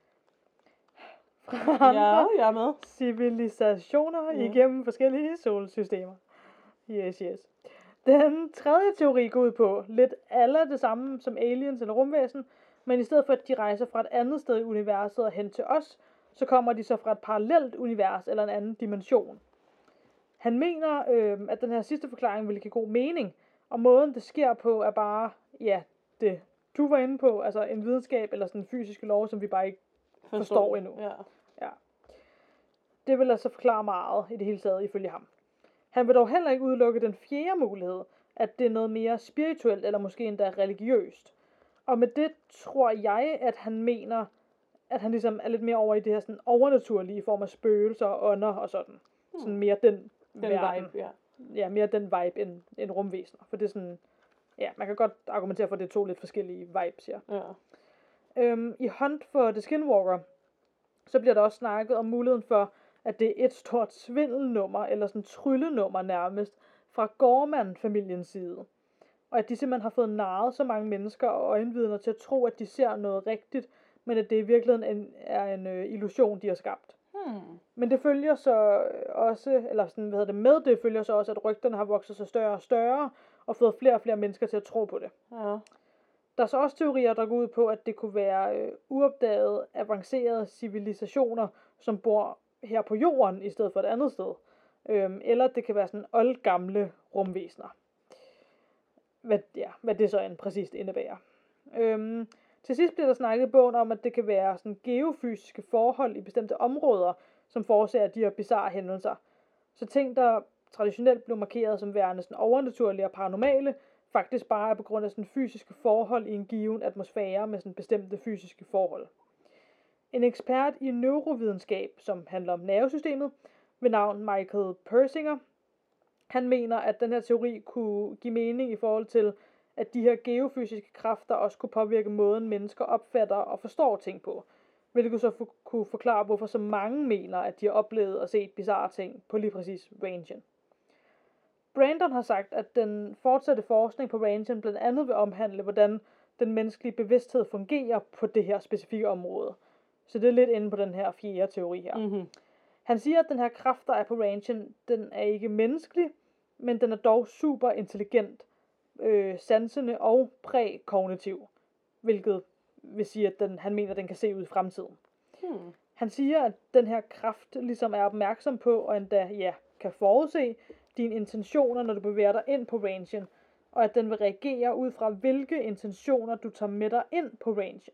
fra andre Ja, jeg er med. civilisationer Mm. igennem forskellige solsystemer. Yes, yes. Den tredje teori går ud på lidt alle det samme som aliens eller rumvæsen, men i stedet for at de rejser fra et andet sted i universet og hen til os, så kommer de så fra et parallelt univers eller en anden dimension. Han mener, øh, at den her sidste forklaring vil give god mening, og måden det sker på er bare, ja, det du var inde på, altså en videnskab eller sådan en fysiske lov, som vi bare ikke forstår, forstår endnu. Ja. Ja. Det vil altså forklare meget i det hele taget ifølge ham. Han vil dog heller ikke udelukke den fjerde mulighed, at det er noget mere spirituelt eller måske endda religiøst. Og med det tror jeg, at han mener, at han ligesom er lidt mere over i det her sådan overnaturlige i form af spøgelser og ånder og sådan. Hmm. Sådan mere den, Den verden. vibe, ja. Ja, mere den vibe end, end rumvæsener. For det er sådan, ja, man kan godt argumentere for, at det er to lidt forskellige vibes, ja. Ja. Øhm, I Hunt for the Skinwalker, så bliver der også snakket om muligheden for, at det er et stort svindelnummer, eller sådan tryllenummer nærmest, fra Gorman-familiens side. Og at de simpelthen har fået narret så mange mennesker og øjenvidner til at tro, at de ser noget rigtigt, men at det i virkeligheden en, er en øh, illusion, de har skabt. Hmm. Men det følger så også, eller sådan, hvad hedder det, med det følger så også, at rygterne har vokset sig større og større, og fået flere og flere mennesker til at tro på det. Ja. Der er så også teorier, der går ud på, at det kunne være øh, uopdagede, avancerede civilisationer, som bor her på jorden, i stedet for et andet sted. Øhm, eller det kan være sådan oldgamle rumvæsener. Hvad, ja, hvad det så end præcist indebærer. Øhm, til sidst bliver der snakket i bogen om, at det kan være sådan geofysiske forhold i bestemte områder, som forårsager de her bizarre hændelser. Så ting, der traditionelt blev markeret som værende sådan overnaturlige og paranormale, faktisk bare er på grund af sådan fysiske forhold i en given atmosfære med sådan bestemte fysiske forhold. En ekspert i neurovidenskab, som handler om nervesystemet, ved navn Michael Persinger, han mener, at den her teori kunne give mening i forhold til, at de her geofysiske kræfter også kunne påvirke måden, mennesker opfatter og forstår ting på, hvilket så for, kunne forklare, hvorfor så mange mener, at de har oplevet og set bizarre ting på lige præcis rangen. Brandon har sagt, at den fortsatte forskning på rangen blandt andet vil omhandle, hvordan den menneskelige bevidsthed fungerer på det her specifikke område. Så det er lidt inde på den her fjerde teori her. Mm-hmm. Han siger, at den her kraft, der er på rangen, den er ikke menneskelig, men den er dog super intelligent, øh, sansende og prækognitiv, hvilket vil sige, at den, han mener, at den kan se ud i fremtiden. Hmm. Han siger, at den her kraft ligesom er opmærksom på, og endda ja, kan forudse dine intentioner, når du bevæger dig ind på rangen, og at den vil reagere ud fra, hvilke intentioner du tager med dig ind på rangen.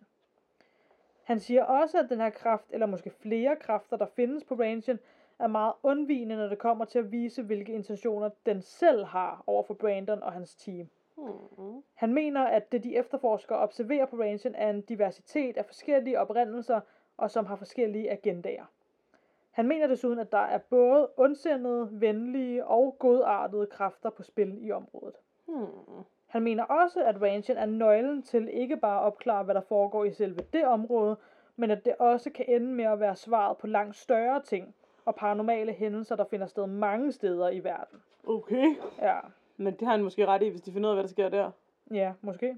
Han siger også, at den her kraft, eller måske flere kræfter, der findes på rangen, er meget undvigende, når det kommer til at vise, hvilke intentioner den selv har over for Brandon og hans team. Hmm. Han mener, at det de efterforskere observerer på rangen er en diversitet af forskellige oprindelser, og som har forskellige agendaer. Han mener desuden, at der er både ondsindede, venlige og godartede kræfter på spil i området. Hmm. Han mener også, at rangen er nøglen til ikke bare at opklare, hvad der foregår i selve det område, men at det også kan ende med at være svaret på langt større ting og paranormale hændelser, der finder sted mange steder i verden. Okay. Ja, Men det har han måske ret i, hvis de finder ud af, hvad der sker der. ja, måske.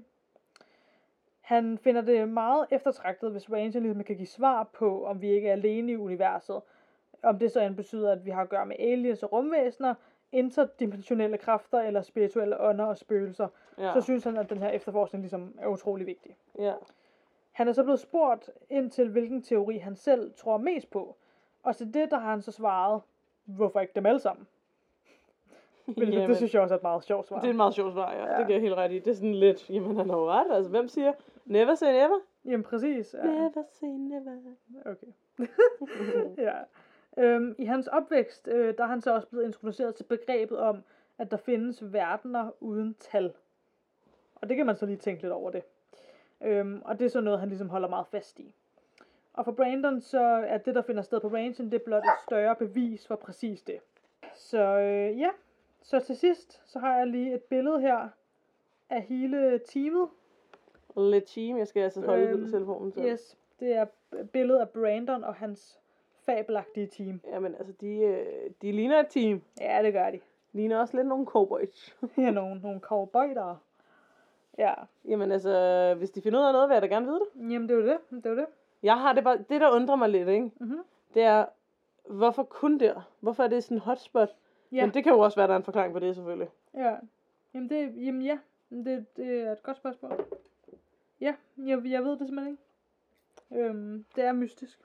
Han finder det meget eftertragtet, hvis rangen ligesom kan give svar på, om vi ikke er alene i universet. Om det så end betyder, at vi har at gøre med aliens og rumvæsener, interdimensionelle kræfter eller spirituelle ånder og spøgelser, Ja. så synes han, at den her efterforskning ligesom er utrolig vigtig. Ja. Han er så blevet spurgt ind til, hvilken teori han selv tror mest på. Og til det, der har han så svaret, hvorfor ikke dem alle sammen? Hvilket, Jamen, det synes jeg også er et meget sjovt svar. det er et meget sjovt svar, ja. Ja. Det giver jeg helt ret i. Det er sådan lidt, jamen han har jo ret. Altså, hvem siger, never say never? Jamen præcis. Ja. Never say never. Okay. Ja. Øhm, I hans opvækst, øh, der er han så også blevet introduceret til begrebet om, at der findes verdener uden tal. Og det kan man så lige tænke lidt over det. Øhm, og det er så noget, han ligesom holder meget fast i. Og for Brandon, så er det, der finder sted på rangen, det er blot et større bevis for præcis det. Så øh, ja, så til sidst, så har jeg lige et billede her af hele teamet. Lidt team, jeg skal altså holde Øhm, øhm, telefonen til. Yes, det er billedet af Brandon og hans fabelagtige team. Jamen altså, de, øh, de ligner et team. Ja, det gør de. Ligner også lidt nogle cowboys. Ja, nogle, nogle cowboyder. Ja. Jamen altså, hvis de finder ud af noget, vil jeg da gerne vide det. Jamen, det er jo det. Det er jo det. Jeg har det bare, det der undrer mig lidt, ikke? Mm-hmm. Det er, hvorfor kun der? Hvorfor er det sådan en hotspot? Ja. Men det kan jo også være, der er en forklaring på det, selvfølgelig. Ja. Jamen, det, jamen ja. Det, det er et godt spørgsmål. Ja, jeg, jeg ved det simpelthen ikke. Øhm, det er mystisk.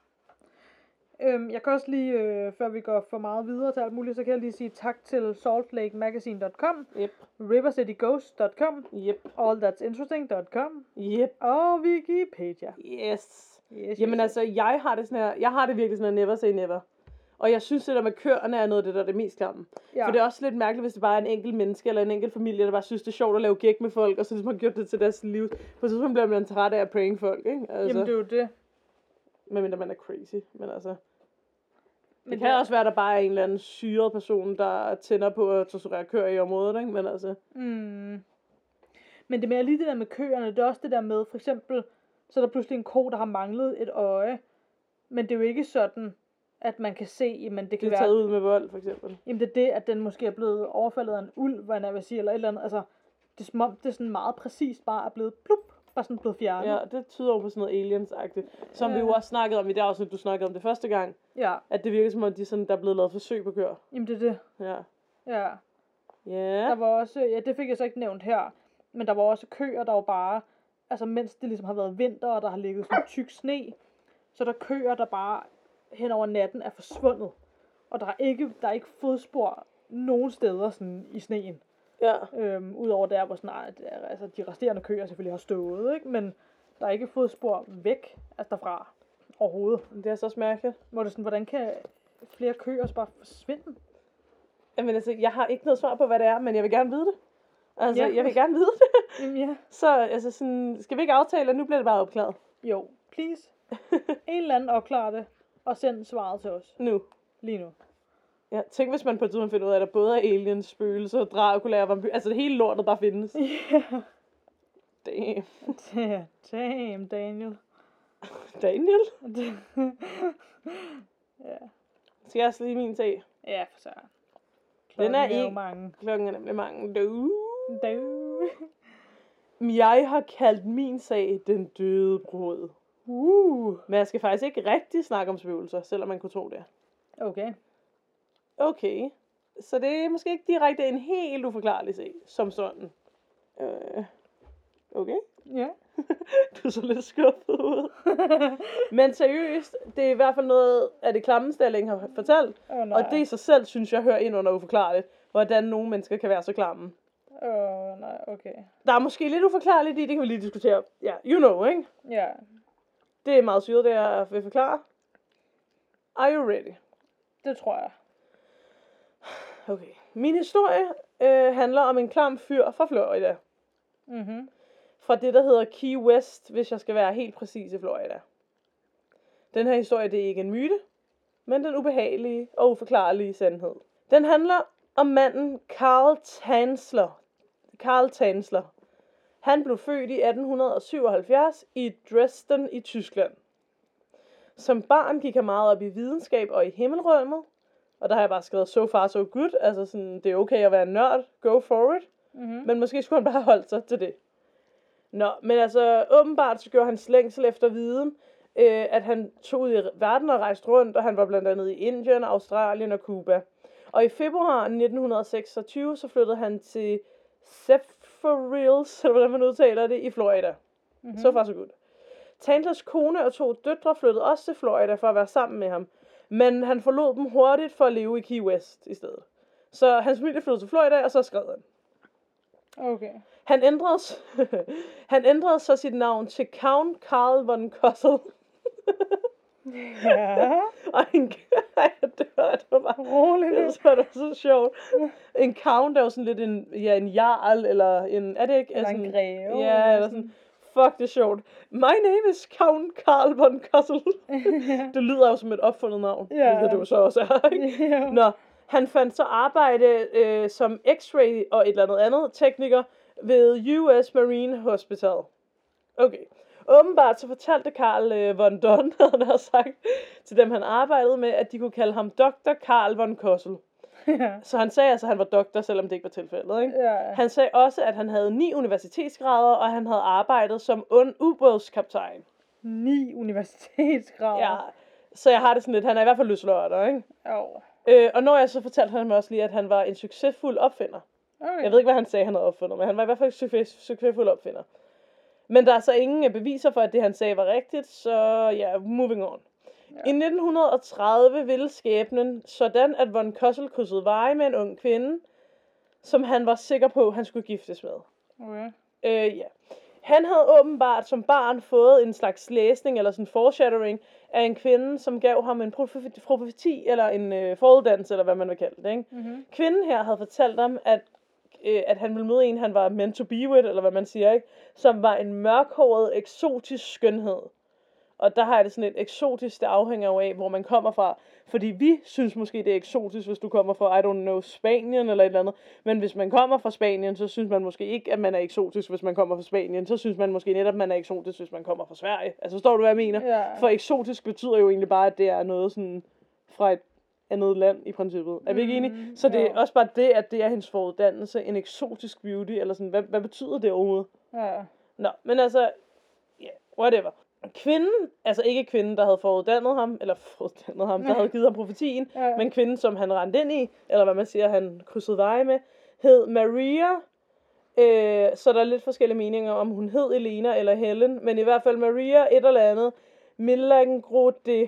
Øhm, jeg kan også lige, øh, før vi går for meget videre til alt muligt, så kan jeg lige sige tak til salt lake magazine punktum com, Yep. river city ghost punktum com, Yep. all that's interesting punktum com Yep. og Wikipedia. Yes. Yes, Jamen yes, altså, jeg har det sådan her, jeg har det virkelig sådan her, never say never. Og jeg synes, det der med køerne er noget af det, der er det mest klamme. ja. For det er også lidt mærkeligt, hvis det bare er en enkelt menneske eller en enkelt familie, der bare synes, det er sjovt at lave gæk med folk, og så ligesom har gjort det til deres liv. På et tidspunkt bliver man træt af at prank folk, ikke? Altså, Jamen, det er jo det. medmindre man er crazy, men altså... Det Men kan det- også være, at der bare er en eller anden syret person, der tænder på at torturere køer i området, ikke? Men altså... Mm. Men det er mere lige det der med køerne, det er også det der med, for eksempel, så er der pludselig en ko, der har manglet et øje, men det er jo ikke sådan, at man kan se, men det kan Det er være, taget ud med vold, for eksempel. jamen det er det, at den måske er blevet overfaldet af en ulv, hvad jeg vil sige, eller et eller andet, altså, det er som om, det er sådan meget præcist bare er blevet plup, bare sådan blevet fjernet. Ja, det tyder jo på sådan noget aliens-agtigt. Som Ja. vi jo også snakkede om i det afsnit, du snakkede om det første gang. Ja, At det virker som om, de sådan, der er blevet lavet forsøg på køer. jamen det er det, Ja. ja. Ja. Der var også, ja, det fik jeg så ikke nævnt her, men der var også køer, der var bare, altså mens det ligesom har været vinter, og der har ligget sådan tyk sne, så er der køer, der bare hen over natten er forsvundet. Og der er ikke, der er ikke fodspor nogen steder sådan i sneen. Ja. Øhm, Udover der, hvor sådan, ej, det er, altså, de resterende køer selvfølgelig har stået, ikke? Men der er ikke fodspor væk altså derfra overhovedet. Det er så også mærkeligt. Hvor det sådan, hvordan kan flere køer så bare forsvinde? Jamen altså, jeg har ikke noget svar på, hvad det er, men jeg vil gerne vide det. Altså, Ja. jeg vil gerne vide det. Jamen ja. Så altså sådan, skal vi ikke aftale, at nu bliver det bare opklaret? Jo, please. En eller anden opklarer det, og send svaret til os. Nu. Lige nu. Ja, tænk hvis man på et tidspunkt finder ud af, at der både er aliens, spøgelser, Dracula og vampyr. Altså det hele lortet bare findes. Ja. Damn. Damn, Daniel. Daniel? Ja. Skal jeg også lige min sag? Ja, for så. Den er jo ikke- mange. Klokken er nemlig mange. Du. Dø. Jeg har kaldt min sag den døde brud. Uh. Men jeg skal faktisk ikke rigtig snakke om spøgelser, selvom man kunne tro det. Okay. Okay. Så det er måske ikke direkte en helt uforklarlig sag, som sådan. Øh. Okay. Ja. Du så lidt skuffet ud. Men seriøst, det er i hvert fald noget af det klammeste, jeg længe har fortalt. Åh, nej. Og det i sig selv, synes jeg, hører ind under uforklarligt. Hvordan nogle mennesker kan være så klamme. Åh, oh, nej, okay. Der er måske lidt uforklarligt i, det kan vi lige diskutere. Ja, you know, ikke? Ja. Det er meget syret, det jeg vil forklare. Are you ready? Det tror jeg. Okay. Min historie øh, handler om en klam fyr fra Florida. Mhm. Fra det, der hedder Key West, hvis jeg skal være helt præcis i Florida. Den her historie, det er ikke en myte, men den ubehagelige og uforklarlige sandhed. Den handler om manden Carl Tanzler. Carl Tanzler. Han blev født i atten syvoghalvfjerds i Dresden i Tyskland. Som barn gik han meget op i videnskab og i himmelrummet. Og der har jeg bare skrevet so far so good. Altså sådan, det er okay at være en nørd. Go for it. Mhm. Men måske skulle han bare have holdt sig til det. Nå, men altså åbenbart så gjorde han slængsel efter viden, øh, at han tog ud i verden og rejste rundt, og han var blandt andet i Indien, Australien og Cuba. Og i februar nitten seksogtyve, så flyttede han til Zephyrhills, eller hvordan man udtaler det, i Florida. Mhm. Så far så godt. Tanzlers kone og to døtre flyttede også til Florida for at være sammen med ham. Men han forlod dem hurtigt for at leve i Key West i stedet. Så hans familie flyttede til Florida, og så skrev han. Okay. Han ændrede, han ændrede så sit navn til Count Carl von Kossel. Ja. Og en, det, var, det var bare Rolig nu. det var, det var så sjovt. En count er jo sådan lidt en, ja, en jarl, eller en, er det ikke? Eller sådan, en greve. Ja, eller sådan, fuck, det er sjovt. My name is Count Carl von Kossel. Det lyder jo som et opfundet navn, Ja. hvilket det jo så også er, ikke? Ja. Nå, han fandt så arbejde øh, som x-ray og et eller andet andet tekniker ved U S Marine Hospital. Okay. Åbenbart så fortalte Carl øh, von Don, han har sagt til dem, han arbejdede med, at de kunne kalde ham doktor Carl von Kossel. Ja. Så han sagde altså, at han var doktor, selvom det ikke var tilfældet. Ikke? Ja. Han sagde også, at han havde ni universitetsgrader, og han havde arbejdet som un- ubådskaptajn. Ni universitetsgrader. Ja, så jeg har det sådan lidt, han er i hvert fald løslørter, ikke? Jo. Øh, og når jeg så fortalte han mig også lige, at han var en succesfuld opfinder. Okay. Jeg ved ikke, hvad han sagde, han havde opfundet, men han var i hvert fald en succes, succesfuld opfinder. Men der er så ingen beviser for, at det han sagde var rigtigt, så ja, yeah, moving on. Ja. I nitten tredive ville skæbnen sådan, at von Kossel krydsede veje med en ung kvinde, som han var sikker på, han skulle giftes med. Okay. Øh, ja. Han havde åbenbart som barn fået en slags læsning, eller sådan foreshadowing, af en kvinde, som gav ham en profeti, eller en øh, foruddannelse, eller hvad man vil kalde det. Ikke? Mm-hmm. Kvinden her havde fortalt ham, at, øh, at han ville møde en, han var meant to be with, eller hvad man siger, ikke? Som var en mørkhåret, eksotisk skønhed. Og der har jeg det sådan et eksotisk, det afhænger jo af, hvor man kommer fra. Fordi vi synes måske, det er eksotisk, hvis du kommer fra, I don't know, Spanien eller et eller andet. Men hvis man kommer fra Spanien, så synes man måske ikke, at man er eksotisk, hvis man kommer fra Spanien. Så synes man måske netop, at man er eksotisk, hvis man kommer fra Sverige. Altså, forstår du, hvad jeg mener? Ja. For eksotisk betyder jo egentlig bare, at det er noget sådan fra et andet land i princippet. Er vi ikke enige? Mm, Så det er ja. også bare det, at det er hendes foruddannelse, en eksotisk beauty, eller sådan, hvad, hvad betyder det overhovedet? Ja. Nå, men altså, ja, yeah, whatever. Kvinden, altså ikke kvinden, der havde foruddannet ham, eller foruddannet ham, der havde givet ham profetien, Ja. men kvinden, som han rendte ind i, eller hvad man siger, han krydsede veje med, hed Maria. Øh, så der er lidt forskellige meninger, om hun hed Elena eller Helen, men i hvert fald Maria et eller andet, Milagro de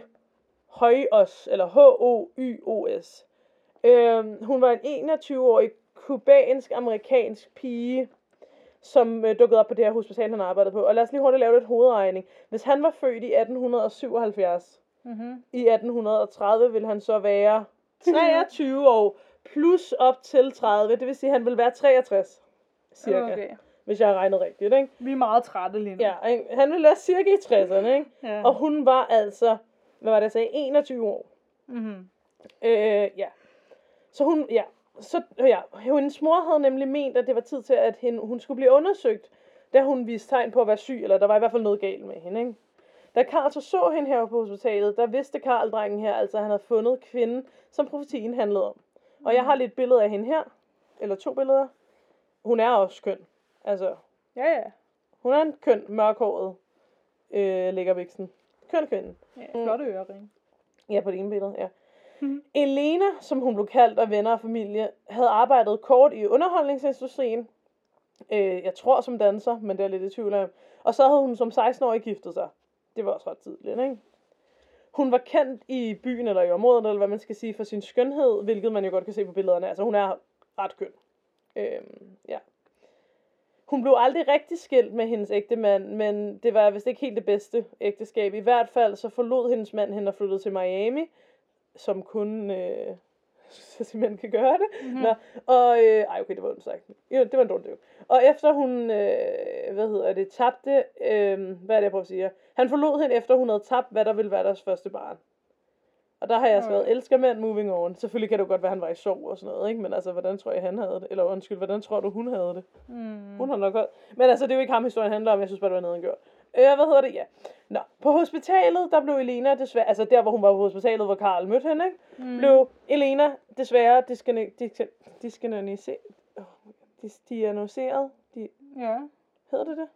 Hoyos, eller H O Y O S. Øh, hun var en enogtyve-årig kubansk-amerikansk pige, som øh, dukkede op på det her hospital, han arbejdede på. Og lad os lige hurtigt lave lidt hovedregning. Hvis han var født i atten syvoghalvfjerds, Mm-hmm. i atten tredive ville han så være treogtyve år, plus op til tredive, det vil sige, at han vil være treogtres, cirka. Okay. Hvis jeg har regnet rigtigt, ikke? Vi er meget trætte lige nu. Ja, ikke? Han ville være cirka i tresserne, ikke? Ja. Og hun var altså, hvad var det, jeg sagde, enogtyve år. Mm-hmm. Øh, ja. Så hun, ja. Så, ja, hendes mor havde nemlig ment, at det var tid til, at hende, hun skulle blive undersøgt, da hun viste tegn på at være syg, eller der var i hvert fald noget galt med hende, ikke? Da Carl så så hende her på hospitalet, der vidste Carl, drengen her, altså han havde fundet kvinden, som profetien handlede om. Og jeg har lidt billeder af hende her, eller to billeder. Hun er også køn. Altså, Ja, ja. hun er en køn, mørkhåret, øh, lækkervæksten. Køn kvinde. Ja, flotte ørering. Ja, på det ene billede, ja. Mhm. Elena, som hun blev kaldt af venner og familie, havde arbejdet kort i underholdningsindustrien. Øh, jeg tror som danser, men det er lidt i tvivl om. Og så havde hun som seksten-årig giftet sig. Det var også ret tidligt, ikke? Hun var kendt i byen eller i området, eller hvad man skal sige, for sin skønhed, hvilket man jo godt kan se på billederne. Altså, hun er ret køn. Øhm, ja. Hun blev aldrig rigtig skilt med hendes ægtemand, men det var vist ikke helt det bedste ægteskab. I hvert fald så forlod hendes mand hende og flyttede til Miami, som kun øh, så simpelthen kan gøre det. Mm-hmm. Nå, og, øh, ej okay, det var ondt sagt. Jo, det var en dårlig det. Og efter hun, øh, hvad hedder det, tabte, øh, hvad er det, jeg prøver at sige? Han forlod hende, efter hun havde tabt, hvad der ville være deres første barn. Og der har jeg skrevet, elsker mand, moving on. Selvfølgelig kan det jo godt være, at han var i sorg og sådan noget, ikke? Men altså, hvordan tror jeg, han havde det? Eller undskyld, hvordan tror du, hun havde det? Mm. Hun har nok godt. Men altså, det er jo ikke ham, historien handler om. Jeg synes bare, det var noget, han gjorde. Øh, hvad hedder det? Ja. Nå, på hospitalet, der blev Elena desværre, altså der, hvor hun var på hospitalet, hvor Carl mødte hende, ikke? Mm. Blev Elena desværre diskrimineret. Diskrimineret. Diagnoseret. De, Ja. hedder det det?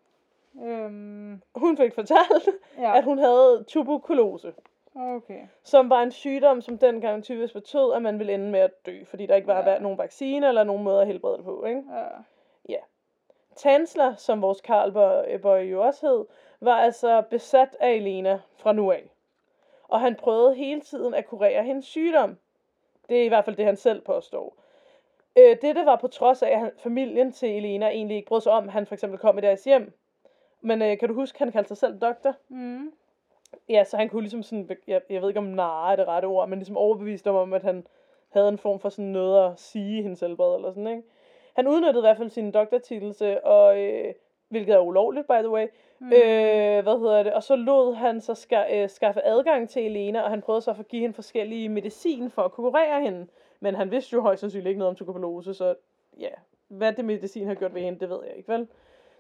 Øhm. Hun fik fortalt, Ja. at hun havde tuberkulose. Okay. Som var en sygdom, som dengang typisk betød, at man ville ende med at dø, fordi der ikke var Ja. nogen vaccine eller nogen måde at helbrede det på, ikke? Ja. Ja. Tansler, som vores Carl jo også hed, var altså besat af Elena fra nu af. Og han prøvede hele tiden at kurere hendes sygdom. Det er i hvert fald det, han selv påstår. Øh, dette var på trods af, at han, familien til Elena egentlig ikke brød sig om, at han for eksempel kom i deres hjem. Men øh, kan du huske, han kaldte sig selv doktor? Mm. Ja, så han kunne ligesom sådan, jeg, jeg ved ikke om narre er det rette ord, men ligesom overbevist om, at han havde en form for sådan noget at sige i hendes helbred eller sådan, ikke? Han udnyttede i hvert fald sin doktortitelse, og, øh, hvilket er ulovligt, by the way. Mm. Øh, hvad hedder det? Og så lod han så ska, øh, skaffe adgang til Elena, og han prøvede så at give hende forskellige medicin for at kurere hende. Men han vidste jo højst sandsynligt ikke noget om tuberkulose, så ja, hvad det medicin har gjort ved hende, det ved jeg ikke, vel?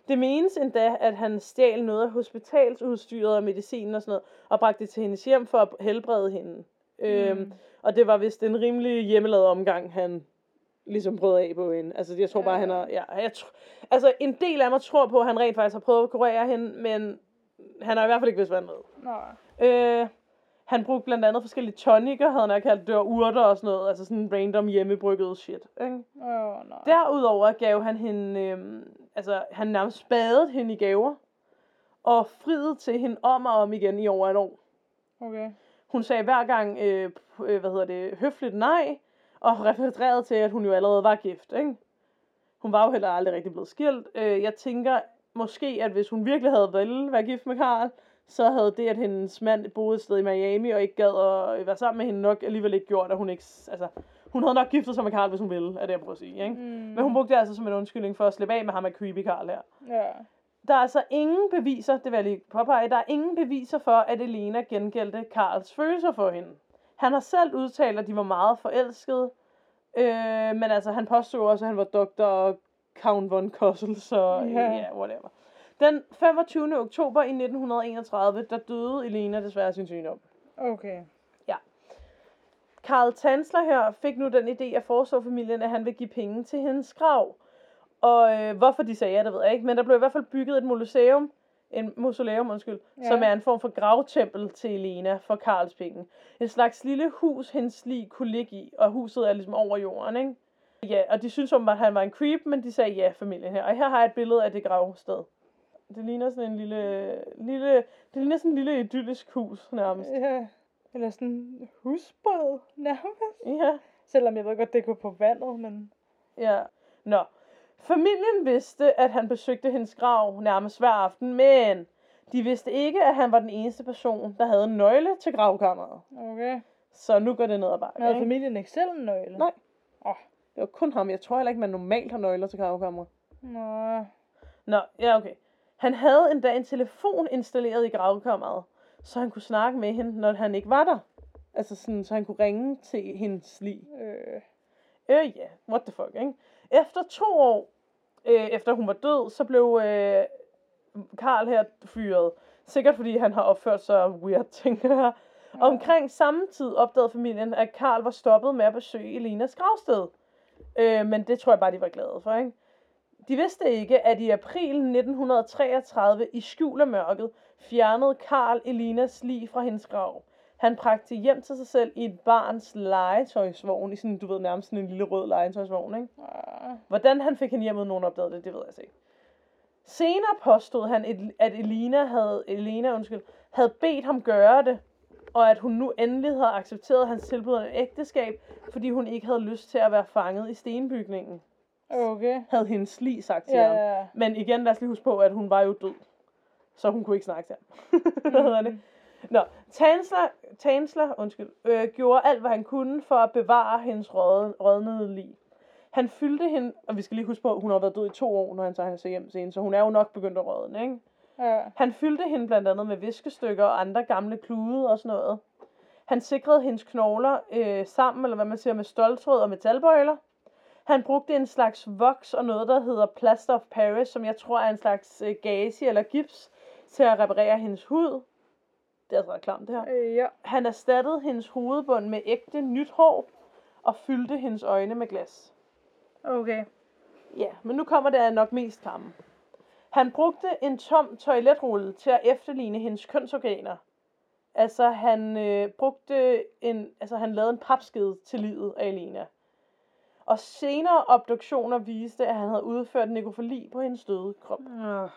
Det menes endda, at han stjal noget af hospitalsudstyret og medicinen og sådan noget, og bragte det til hendes hjem for at helbrede hende. Mm. Øhm, og det var vist en rimelig hjemmelavet omgang, han ligesom prøvede af på hende. Altså, jeg tror bare, ja. han har... Ja, jeg tr- altså, en del af mig tror på, at han rent faktisk har prøvet at kurere hende, men han har i hvert fald ikke vidst, hvad han ved. Nej. Øh, han brugte blandt andet forskellige tonikker, havde han kaldt dør urter og sådan noget, altså sådan random hjemmebrygget shit, ikke? Oh, nej. Derudover gav han hende, øh, altså han nærmest spadet hende i gaver, og friede til hende om og om igen i over et år. Okay. Hun sagde hver gang, øh, øh, hvad hedder det, høfligt nej, og refererede til, at hun jo allerede var gift, ikke? Hun var jo heller aldrig rigtig blevet skilt. Øh, jeg tænker måske, at hvis hun virkelig havde vel være gift med Karl, så havde det, at hendes mand boede et sted i Miami, og ikke gad at være sammen med hende nok, alligevel ikke gjort, at hun ikke, altså, hun havde nok giftet sig med Karl, hvis hun ville, er det jeg prøver at sige, ikke? Mm. Men hun brugte det altså som en undskyldning for at slippe af med ham af creepy Karl her. Ja. Der er altså ingen beviser, det vil jeg lige påpege, der er ingen beviser for, at Elena gengældte Karls følelser for hende. Han har selv udtalt, at de var meget forelskede, øh, men altså han påstod også, at han var doktor Count von Kossel, så ja, yeah. yeah, whatever. Den femogtyvende oktober i nitten enogtredive, der døde Elena desværre af sin sygdom. Okay. Ja. Karl Tanzler her fik nu den idé at foreslå familien, at han vil give penge til hendes grav. Og øh, hvorfor de sagde ja, det ved jeg ikke, men der blev i hvert fald bygget et museum, en mausoleum, undskyld, ja. Som er en form for gravtempel til Elena for Karls penge. Et slags lille hus, hendes lig kunne ligge i, og huset er ligesom over jorden, ikke? Ja, og de synes om, at han var en creep, men de sagde ja, familien her. Og her har jeg et billede af det gravsted. Det ligner sådan en lille, lille, det ligner sådan en lille idyllisk hus, nærmest. Ja, eller sådan en husbåd, nærmest. Ja. Selvom jeg ved godt, det går på vandet, men... Ja, nå. Familien vidste, at han besøgte hendes grav nærmest hver aften, men de vidste ikke, at han var den eneste person, der havde en nøgle til gravkammeret. Okay. Så nu går det ned ad bakke. Men havde familien ikke selv en nøgle? Nej. Åh. Oh. Det var kun ham. Jeg tror heller ikke, man normalt har nøgler til gravkammeret. Nå. Nå, ja okay. Han havde endda en telefon installeret i gravkammeret, så han kunne snakke med hende, når han ikke var der. Altså sådan, så han kunne ringe til hendes lig. Øh. Øh ja, what the fuck, ikke? Efter to år, øh, efter hun var død, så blev øh, Karl her fyret. Sikkert fordi han har opført sig weird, tænker jeg. Ja. Omkring samme tid opdagede familien, at Karl var stoppet med at besøge Elenas gravsted. Øh, men det tror jeg bare, de var glade for, ikke? De vidste ikke, at i april nitten treogtredive i skjul af mørket fjernede Karl Elenas lig fra hendes grav. Han bragte hjem til sig selv i et barns legetøjsvogn, i sådan, du ved, nærmest sådan en lille rød legetøjsvogn, ikke? Ja. Hvordan han fik hende hjem, uden nogen opdagede det, det ved jeg ikke. Senere påstod han, at Elena havde, Elena, undskyld, havde bedt ham gøre det, og at hun nu endelig havde accepteret hans tilbud om ægteskab, fordi hun ikke havde lyst til at være fanget i stenbygningen. Okay. Havde hendes lig sagt til ja, ham. Ja. Men igen, lad os lige huske på, at hun var jo død. Så hun kunne ikke snakke til ham. Hvad hedder det? Nå, Tanzler, Tanzler undskyld, øh, gjorde alt, hvad han kunne for at bevare hendes rådnede lig. Han fyldte hende, og vi skal lige huske på, at hun har været død i to år, når han tager hende hjem senere, så hun er jo nok begyndt at rådne, ikke? Ja. Han fyldte hende blandt andet med viskestykker og andre gamle klude og sådan noget. Han sikrede hendes knogler øh, sammen, eller hvad man siger, med ståltråd og metalbøjler. Han brugte en slags voks og noget, der hedder plaster of Paris, som jeg tror er en slags øh, gaze eller gips, til at reparere hendes hud. Det er altså ret klamt, det her. Øh, ja. Han erstattede hendes hovedbund med ægte nyt hår, og fyldte hendes øjne med glas. Okay. Ja, men nu kommer det nok mest klamme. Han brugte en tom toiletrulle til at efterligne hendes kønsorganer. Altså, han øh, brugte en, altså han lavede en papskede til livet af Elena. Og senere obduktioner viste, at han havde udført nekrofili på hendes døde krop. Øh.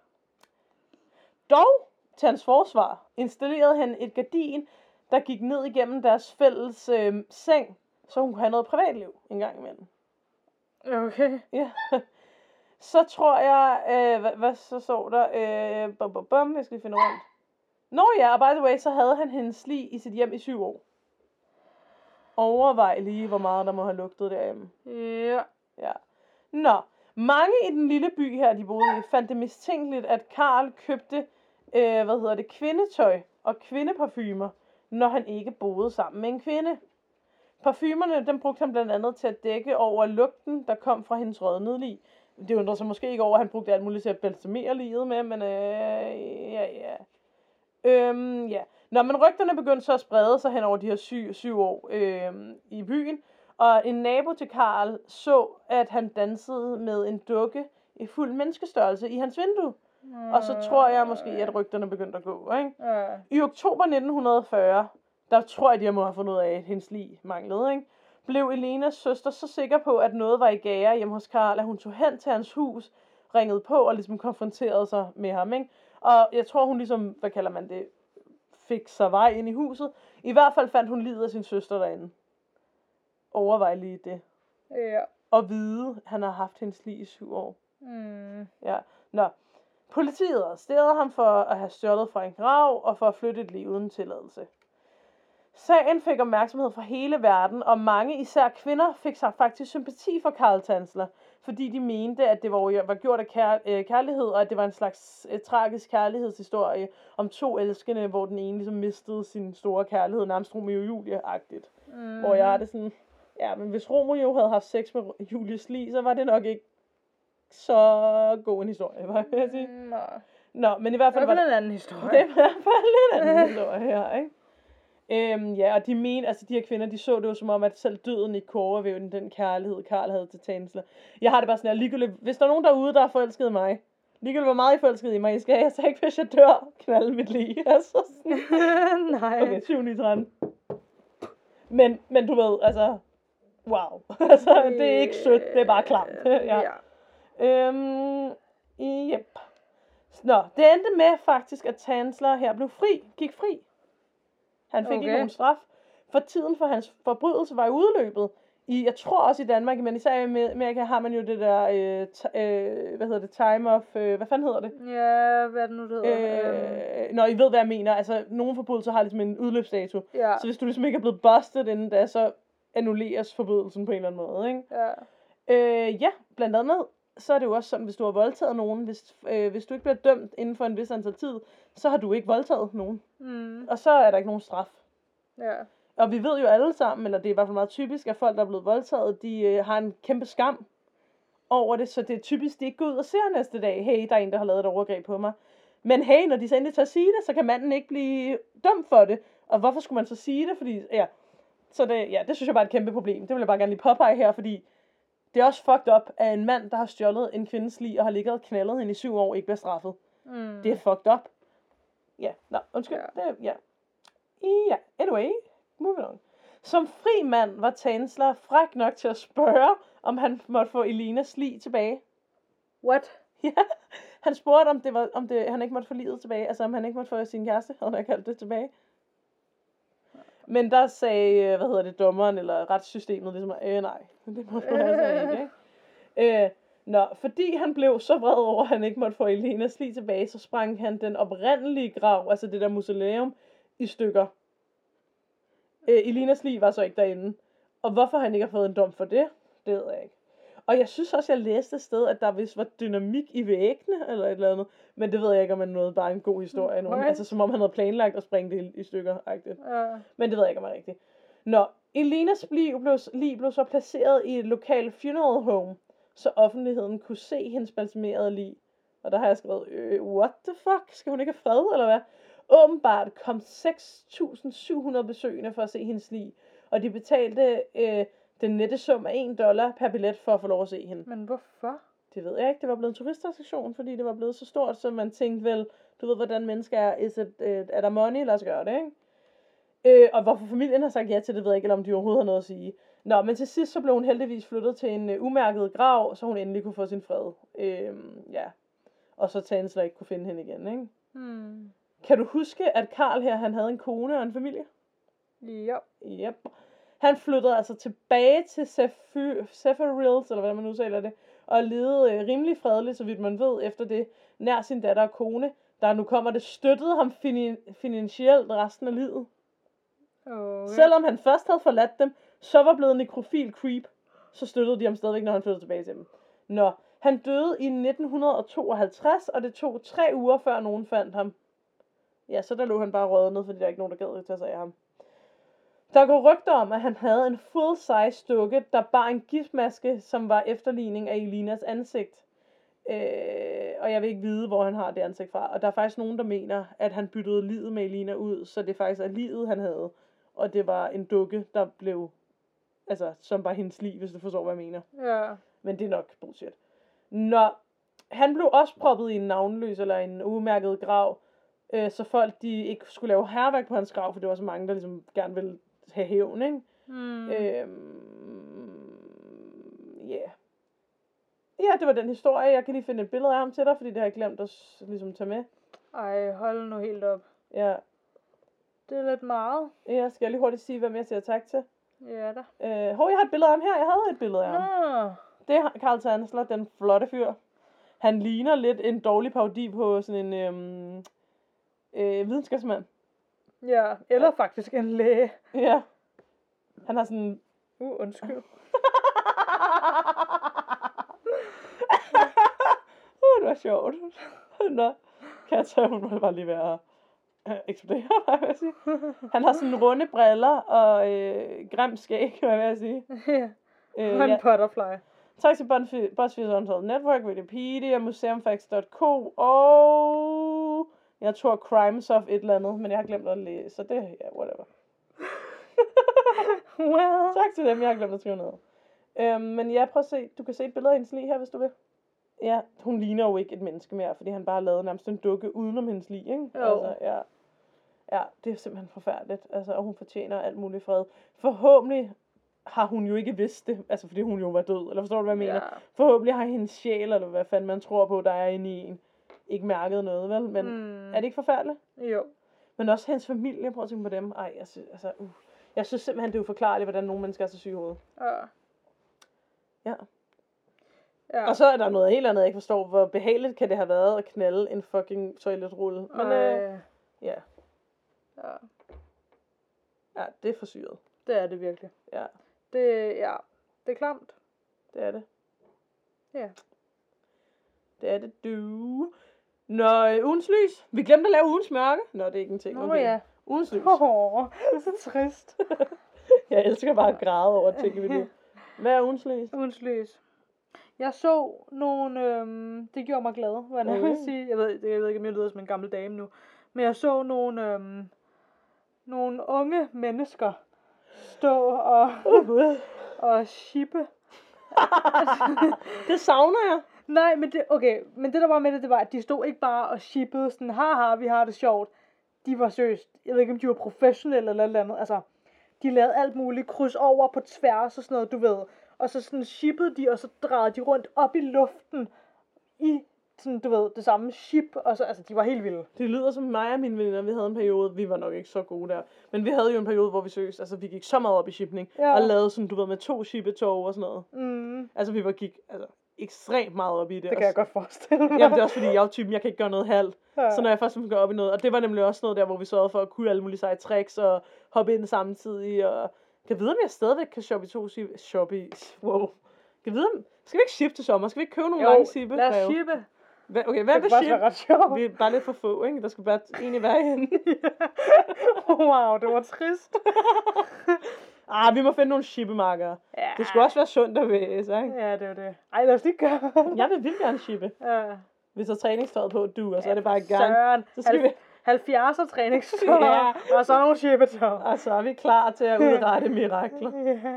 Dog, til hans forsvar, installerede han et gardin, der gik ned igennem deres fælles øh, seng, så hun kunne have noget privatliv en gang imellem. Okay. Ja. Så tror jeg, øh, hvad, hvad så så der? Øh, bum, bum, bum, jeg skal finde rundt. Nå ja, og by the way, så havde han hendes lig i sit hjem i syv år. Overvej lige, hvor meget der må have lugtet derhjemme. Ja. Ja. Nå, mange i den lille by her, de boede i, fandt det mistænkeligt, at Karl købte, øh, hvad hedder det, kvindetøj og kvindeparfumer, når han ikke boede sammen med en kvinde. Parfumerne, dem brugte han blandt andet til at dække over lugten, der kom fra hendes rådnede lig. Det undrer sig måske ikke over, at han brugte alt muligt til at balsamere livet med, men øh, ja, ja. Øhm, ja. Nå, men rygterne begyndte så at sprede sig hen over de her syv, syv år øh, i byen, og en nabo til Karl så, at han dansede med en dukke i fuld menneskestørrelse i hans vindue. Mm. Og så tror jeg måske, at rygterne begyndte at gå, ikke? Mm. I oktober nitten fyrre, der tror jeg, de må have fundet ud af, at hendes lig manglede, ikke? Blev Elenas søster så sikker på, at noget var i gære hjemme hos Karl, at hun tog hen til hans hus, ringede på og ligesom konfronterede sig med ham, ikke? Og jeg tror, hun ligesom, hvad kalder man det, fik sig vej ind i huset. I hvert fald fandt hun liget af sin søster derinde. Overvej lige det. Ja. Og vide, han har haft hendes lig i syv år. Mm. Ja, nå. Politiet arresterede ham for at have stjålet fra en grav og for at flytte et liv uden tilladelse. Sagen fik opmærksomhed fra hele verden, og mange, især kvinder, fik sig faktisk sympati for Karl Tanzler, fordi de mente, at det var, var gjort af kær, øh, kærlighed, og at det var en slags øh, tragisk kærlighedshistorie om to elskende, hvor den ene ligesom mistede sin store kærlighed, nærmest Romeo og Julie-agtigt. Mm. Hvor jeg har det sådan, ja, men hvis Romeo havde haft sex med Julies lig, så var det nok ikke så god en historie, hvad vil jeg sige? Mm, Nå, men i hvert fald det var var en anden historie. Det er i hvert fald en anden historie her, ikke? Øhm, ja, og de men, altså de her kvinder, de så det jo som om, at selv døden ikke kunne overvæve den kærlighed, Karl havde til Tanzler. Jeg har det bare sådan her, ligegyldigt, hvis der er nogen derude, der er forelsket i mig, ligegyldigt hvor meget I er forelsket i mig, I skal jeg så ikke, hvis jeg dør, knalde mit lig. Altså sådan. Nej. Okay, syv ni tretten. Men, men du ved, altså, wow. altså, det er ikke sødt, det er bare klamt. ja. ja. Øhm, yep. Nå, det endte med faktisk, at Tanzler her blev fri, gik fri. Han fik okay. ikke nogen straf, for tiden for hans forbrydelse var i udløbet. I, jeg tror også i Danmark, men især i Amerika har man jo det der, øh, t- øh, hvad hedder det, time of, øh, hvad fanden hedder det? Ja, hvad er det nu, det hedder? Øh, Nå, I ved, hvad jeg mener. Altså, nogle forbrydelser har ligesom en udløbsdato. Ja. Så hvis du ligesom ikke er blevet busted inden da, så annulleres forbrydelsen på en eller anden måde, ikke? Ja. Øh, ja, blandt andet, så er det jo også sådan, hvis du har voldtaget nogen, hvis, øh, hvis du ikke bliver dømt inden for en vis antal tid, så har du ikke voldtaget nogen. Mm. Og så er der ikke nogen straf. Ja. Og vi ved jo alle sammen, eller det er i hvert fald meget typisk, at folk, der er blevet voldtaget, de øh, har en kæmpe skam over det, så det er typisk, de ikke går ud og ser næste dag, hey, der er en, der har lavet et overgreb på mig. Men hey, når de så endelig tør at sige det, så kan manden ikke blive dømt for det. Og hvorfor skulle man så sige det? Fordi, ja, så det, ja, det synes jeg bare er et kæmpe problem. Det vil jeg bare gerne lige påpege her, fordi det er også fucked up, at en mand, der har stjålet en kvindes lig og har ligget og knaldet hende i syv år, ikke bliver straffet. Mm. Det er fucked up. Ja, nå, undskyld. Ja. Det, ja. Ja, anyway, moving on. Som fri mand var Tanzler fræk nok til at spørge, om han måtte få Elenas lig tilbage. What? Ja, han spurgte, om det var, om det, han ikke måtte få liget tilbage. Altså, om han ikke måtte få sin kæreste, havde han kaldt det tilbage. Men der sagde, hvad hedder det, dommeren eller retssystemet ligesom, øh nej, det må du altså ikke, ikke? Øh, nå, fordi han blev så vred over, at han ikke måtte få Elenas lig tilbage, så sprang han den oprindelige grav, altså det der mausoleum, i stykker. Øh, Elenas lig var så ikke derinde. Og hvorfor han ikke har fået en dom for det, det ved jeg ikke. Og jeg synes også, jeg læste et sted, at der vist var dynamik i væggene, eller et eller andet. Men det ved jeg ikke, om man nåede bare en god historie. Nogen. Okay. Altså som om han havde planlagt at springe det i stykker. Ja. Men det ved jeg ikke, om det er rigtigt. Nå, Elenas lig blev, lig blev så placeret i et lokalt funeral home, så offentligheden kunne se hendes balsamerede lig. Og der har jeg skrevet, øh, what the fuck? Skal hun ikke have fred, eller hvad? Åbenbart kom seks tusind syv hundrede besøgende for at se hendes lig. Og de betalte øh, den nette sum af en dollar per billet for at få lov at se hende. Men hvorfor? Det ved jeg ikke. Det var blevet en turistattraktion, fordi det var blevet så stort, så man tænkte vel, du ved, hvordan mennesker er, is it, uh, er der money, lad os gøre det, ikke? Øh, og hvorfor familien har sagt ja til det, ved jeg ikke, eller om de overhovedet har noget at sige. Nå, men til sidst så blev hun heldigvis flyttet til en uh, umærket grav, så hun endelig kunne få sin fred. Øh, ja. Og så Tanzler ikke kunne finde hende igen, ikke? Hmm. Kan du huske, at Karl her, han havde en kone og en familie? Ja. Yep. Han flyttede altså tilbage til Zephyrhills, eller hvordan man nu siger det, og levede øh, rimelig fredeligt, så vidt man ved, efter det, nær sin datter og kone, der nu kommer det, støttede ham fin- finansielt resten af livet. Okay. Selvom han først havde forladt dem, så var blevet nekrofil creep, så støttede de ham stadigvæk, når han flyttede tilbage til dem. Nå, han døde i nitten tooghalvtreds, og det tog tre uger, før nogen fandt ham. Ja, så der lå han bare rødnet, fordi der er ikke nogen, der gad at tage sig af ham. Der går rygter om, at han havde en full-size dukke, der bar en giftmaske, som var efterligning af Elinas ansigt. Øh, og jeg vil ikke vide, hvor han har det ansigt fra. Og der er faktisk nogen, der mener, at han byttede livet med Elina ud, så det faktisk er livet, han havde. Og det var en dukke, der blev, altså, som var hendes liv, hvis du forstår, hvad jeg mener. Ja. Men det er nok bullshit. Nå, han blev også proppet i en navnløs eller en umærket grav, øh, så folk de ikke skulle lave hærværk på hans grav, for det var så mange, der ligesom gerne ville have hævn, ikke? Mm. Øhm, yeah. Ja, det var den historie. Jeg kan lige finde et billede af ham til dig, fordi det har jeg glemt at ligesom tage med. Ej, hold nu helt op. Ja. Det er lidt meget. Ja, skal jeg lige hurtigt sige, hvem jeg siger tak til? Ja da. Øh, hov, jeg har et billede af ham her. Jeg havde et billede af ham. Nå. Det er Carl Tanzler, den flotte fyr. Han ligner lidt en dårlig parodi på sådan en øhm, øh, videnskabsmand. Ja, eller faktisk en læge. Ja. Han har sådan... Uh, undskyld. uh, det var sjovt. Nå, kan jeg tage, hun må bare lige være øh, eksplodere, hvad vil jeg sige. Han har sådan runde briller og øh, grim skæg, hvad vil jeg sige. Ja. Øh, Og en ja. butterfly. Tak til BuzzFeed Untold Network, Wikipedia, museumfacts punktum co og jeg tror Crimesoft et eller andet, men jeg har glemt at læse, så det, ja, whatever. Well. Tak til dem, jeg har glemt at skrive ned. Øhm, men ja, prøv at se, du kan se et billede af hendes lige her, hvis du vil. Ja, hun ligner jo ikke et menneske mere, fordi han bare lavede nærmest en dukke udenom hendes lige, ikke? Jo. Altså, ja. Ja, det er simpelthen forfærdeligt, altså, og hun fortjener alt muligt fred. Forhåbentlig har hun jo ikke vidst det, altså fordi hun jo var død, eller forstår du, hvad jeg mener? Ja. Forhåbentlig har hendes sjæl, eller hvad fanden man tror på, der er inde i en, ikke mærket noget, vel? Men Mm. er det ikke forfærdeligt? Jo. Men også hendes familie, prøv at tænke på dem. Ej, jeg synes, altså, uh. jeg synes simpelthen, det er uforklarligt, hvordan nogle mennesker er så syge i hovedet. Ja. Ja. Ja. Og så er der noget helt andet, jeg ikke forstår. Hvor behageligt kan det have været at knalde en fucking toiletrulle. Men øh, Ej. ja. Ja. Ja, det er for syret. Det er det virkelig. Ja, Det, ja. Det er klamt. det er det. Ja. Det er det, du. Nå, øh, ugens lys. Vi glemte at lave ugens mørke. Nå, det er ikke en ting. Nå Okay. ja. Ugens lys. Åh, det er så trist. Jeg elsker bare at græde over ting, vi nu. Hvad er ugens lys? Ugens lys. Jeg så nogle, øhm, det gjorde mig glad, hvad jeg Mm. vil sige. Jeg ved, jeg ved ikke, om jeg lyder som en gammel dame nu. Men jeg så nogle, øhm, nogle unge mennesker stå og, Oh, Gud. og shippe. Det savner jeg. Nej, men det, okay, men det der var med det, det var, at de stod ikke bare og shippede sådan, haha, vi har det sjovt. De var seriøst, jeg ved ikke, om de var professionelle eller noget andet, altså, de lavede alt muligt, kryds over på tværs og sådan noget, du ved. Og så sådan shippede de, og så drejede de rundt op i luften i sådan, du ved, det samme ship, og så, altså, de var helt vilde. Det lyder som mig og mine veninder, vi havde en periode, vi var nok ikke så gode der, men vi havde jo en periode, hvor vi søgte, altså vi gik så meget op i shipning, Ja. og lavede sådan, du ved, med to shippetog og sådan noget. Mm, Altså vi var gik, altså, ekstremt meget op i det. det kan jeg godt forestille mig. Jamen det er også fordi, jeg er jo typen, jeg kan ikke gøre noget halvt. Ja. Så når jeg først går op i noget, og det var nemlig også noget der, hvor vi sørgede for at kunne alle mulige seje tricks, og hoppe ind samtidig, og kan vide, om jeg stadigvæk kan shoppe i to ship, shoppe i, wow. Kan vide, om, skal vi ikke shippe til sommer? Skal vi ikke købe nogle Jo, lange shippe? lad os shippe. Hva, okay, hvad Det vil kunne faktisk ship? være ret sjovt. Vi er bare lidt for få, ikke? Der skal bare egentlig være henne. Wow, det var trist. Ah, vi må finde nogle shippemarkeder. Ja. Det skulle også være sundt at væse, ikke? Ja, det var det. Ej, lad os lige gøre. Jeg vil vildt gerne shippe. Ja. Vi tager træningstøjet på, du, og så er det bare i gang. Søren. Så skal vi... halvfjerdser træningstøj. Ja. Og så nogle shippetøj. Og så er vi klar til at udrette mirakler. Ja.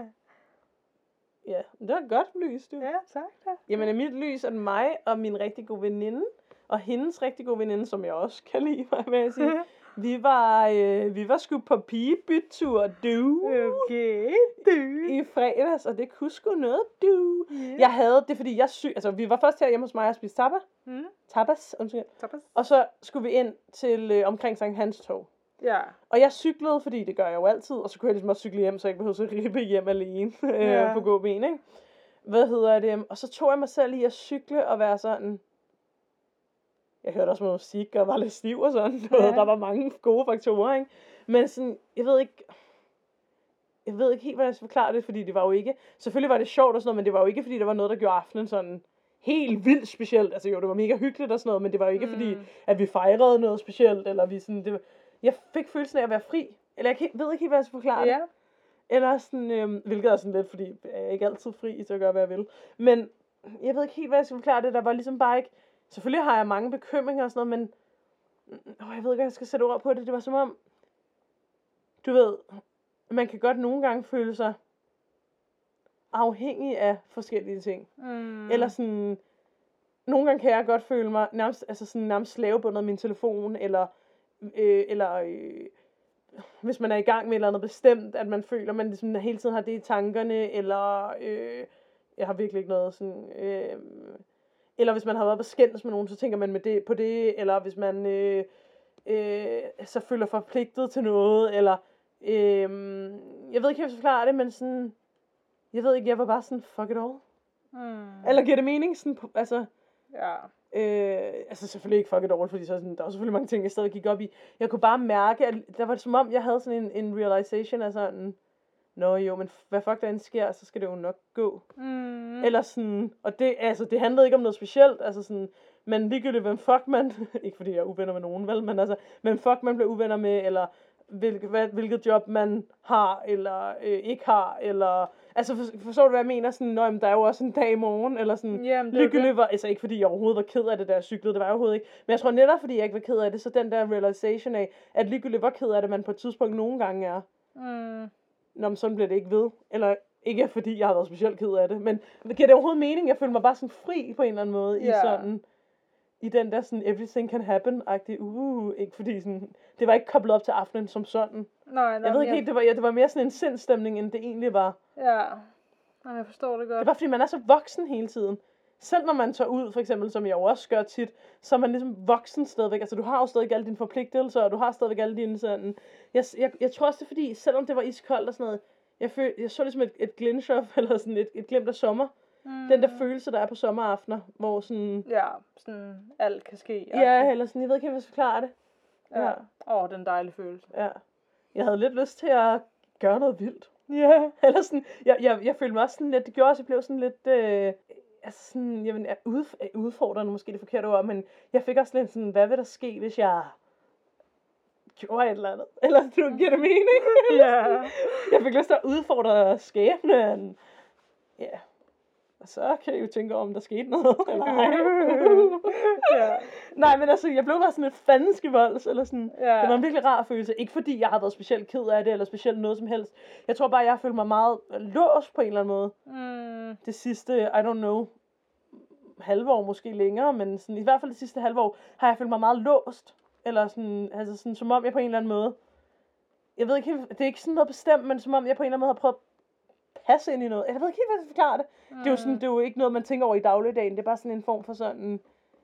Ja, det var et godt lys, du. Ja, tak da. Jamen, mit lys er mig og min rigtig gode veninde, og hendes rigtig gode veninde, som jeg også kan lide, hvad jeg sige. Vi var, øh, vi var sgu på pigebytur, du, Okay, du. i fredags, og det kunne sgu noget, du. Yeah. Jeg havde det, fordi jeg syg, altså vi var først her hjemme hos mig og spiste tapas, Mm. tapas, undskyld. Tapas. Og så skulle vi ind til øh, omkring Sankt Hans tog. Ja. Og jeg cyklede, fordi det gør jeg jo altid, og så kunne jeg ligesom også cykle hjem, så jeg ikke behøvede at ribe hjem alene øh, Ja. på gåben, ikke? Hvad hedder det? Og så tog jeg mig selv i at cykle og være sådan... Jeg hørte også noget musik og var lidt stiv og sådan. Du ved, Ja. der var mange gode faktorer, ikke? Men sådan, jeg ved ikke... Jeg ved ikke helt, hvordan jeg skal forklare det, fordi det var jo ikke... Selvfølgelig var det sjovt og sådan noget, men det var jo ikke, fordi der var noget, der gjorde aftenen sådan helt vildt specielt. Altså jo, det var mega hyggeligt og sådan noget, men det var jo ikke, mm. fordi at vi fejrede noget specielt, eller vi sådan... Det var... Jeg fik følelsen af at være fri. Eller jeg kan- ved ikke helt, hvad jeg skal forklare Ja. det. Eller sådan, øhm, hvilket er sådan lidt, fordi jeg er ikke altid fri til at gøre, hvad jeg vil. Men jeg ved ikke helt, hvad jeg skal forklare det. Der var ligesom bare ikke... Selvfølgelig har jeg mange bekymringer og sådan noget, men... Åh, jeg ved ikke, hvad jeg skal sætte ord på det. Det var som om... Du ved, man kan godt nogle gange føle sig afhængig af forskellige ting. Mm. Eller sådan... Nogle gange kan jeg godt føle mig nærmest, altså sådan, nærmest slavebundet af min telefon, eller... Øh, eller øh, hvis man er i gang med et eller andet bestemt, at man føler, at man ligesom hele tiden har det i tankerne, eller øh, jeg har virkelig ikke noget sådan, øh, eller hvis man har været på skændes med nogen, så tænker man med det, på det, eller hvis man øh, øh, så føler forpligtet til noget, eller øh, jeg ved ikke, jeg vil forklare det, men sådan, jeg ved ikke, jeg var bare sådan, fuck it all. Mm. Eller giver det mening? Sådan, altså, Ja. Øh, altså selvfølgelig ikke fuck it all, fordi så sådan, der var selvfølgelig mange ting, jeg stadig gik op i. Jeg kunne bare mærke, at der var det som om, jeg havde sådan en, en realization af sådan, nå jo, men hvad fuck der end sker, så skal det jo nok gå. Mm. Eller sådan, og det, altså, det handlede ikke om noget specielt, altså sådan, men ligegyldigt, hvem fuck man, ikke fordi jeg er uvenner med nogen, vel, men altså, hvem fuck man bliver uvenner med, eller hvilket, hvad, hvilket job man har, eller øh, ikke har, eller... Altså, for, forstår du, hvad jeg mener? Sådan, nøj, men der er jo også en dag i morgen, eller sådan, Jamen, det er ligegyldigt var, altså ikke fordi jeg overhovedet var ked af det, der jeg cyklede, det var jeg overhovedet ikke, men jeg tror netop, fordi jeg ikke var ked af det, så den der realization af, at ligegyldigt var ked af det, man på et tidspunkt nogle gange er, Mm. nå, men sådan bliver det ikke ved, eller ikke fordi jeg har været specielt ked af det, men giver det overhovedet mening? Jeg føler mig bare sådan fri på en eller anden måde, Ja. i sådan, i den der sådan, everything can happen-agtige, uh, ikke fordi sådan, det var ikke koblet op til aftenen som sådan. Nej, nej, Jeg ved ikke jeg... helt, det var, ja, det var mere sådan en sindstemning, end det egentlig var. Ja. Nej, jeg forstår det Det godt. er bare fordi, man er så voksen hele tiden. Selv når man tager ud, for eksempel, som jeg jo også gør tit, så er man ligesom voksen stadigvæk. Altså, du har jo stadig alle dine forpligtelser, og du har stadigvæk alle dine sådan... Jeg, jeg, jeg tror også, det er fordi, selvom det var iskoldt og sådan noget, jeg, føl, jeg så ligesom et, et glinch of, eller sådan et, et glimt af sommer. Mm. Den der følelse, der er på sommeraftener, hvor sådan... Ja, sådan alt kan ske. Ja, eller sådan, jeg ved ikke, om jeg skal forklare det. Ja. Ja. Åh, oh, den dejlige følelse. Ja. Jeg havde lidt lyst til at gøre noget vildt. Ja. Eller sådan, jeg, jeg, jeg følte mig også sådan lidt, det gjorde også, jeg blev sådan lidt, øh, altså sådan, jeg ved, udf- udfordrende måske det forkerte ord, men jeg fik også lidt sådan, hvad vil der ske, hvis jeg gjorde et eller andet? Eller, du giver det mening? Ja. Jeg fik lyst til at udfordre skæbnen. Ja. Og så kan jeg jo tænke om, der skete noget, eller ej. Ja. Nej, men altså, jeg blev bare sådan lidt fandenskivolds, eller sådan. Ja. Det var en virkelig rar følelse. Ikke fordi jeg har været specielt ked af det, eller specielt noget som helst. Jeg tror bare, jeg har følt mig meget låst på en eller anden måde. Mm. Det sidste, I don't know, halve år måske længere, men sådan, i hvert fald det sidste halve år, har jeg følt mig meget låst. Eller sådan, altså sådan, som om jeg på en eller anden måde, jeg ved ikke helt, det er ikke sådan noget bestemt, men som om jeg på en eller anden måde har prøvet at passe ind i noget. Jeg ved ikke helt, hvad jeg skal forklare det. Mm. Det er jo sådan, det er jo ikke noget, man tænker over i dagligdagen. Det er bare sådan en form for sådan,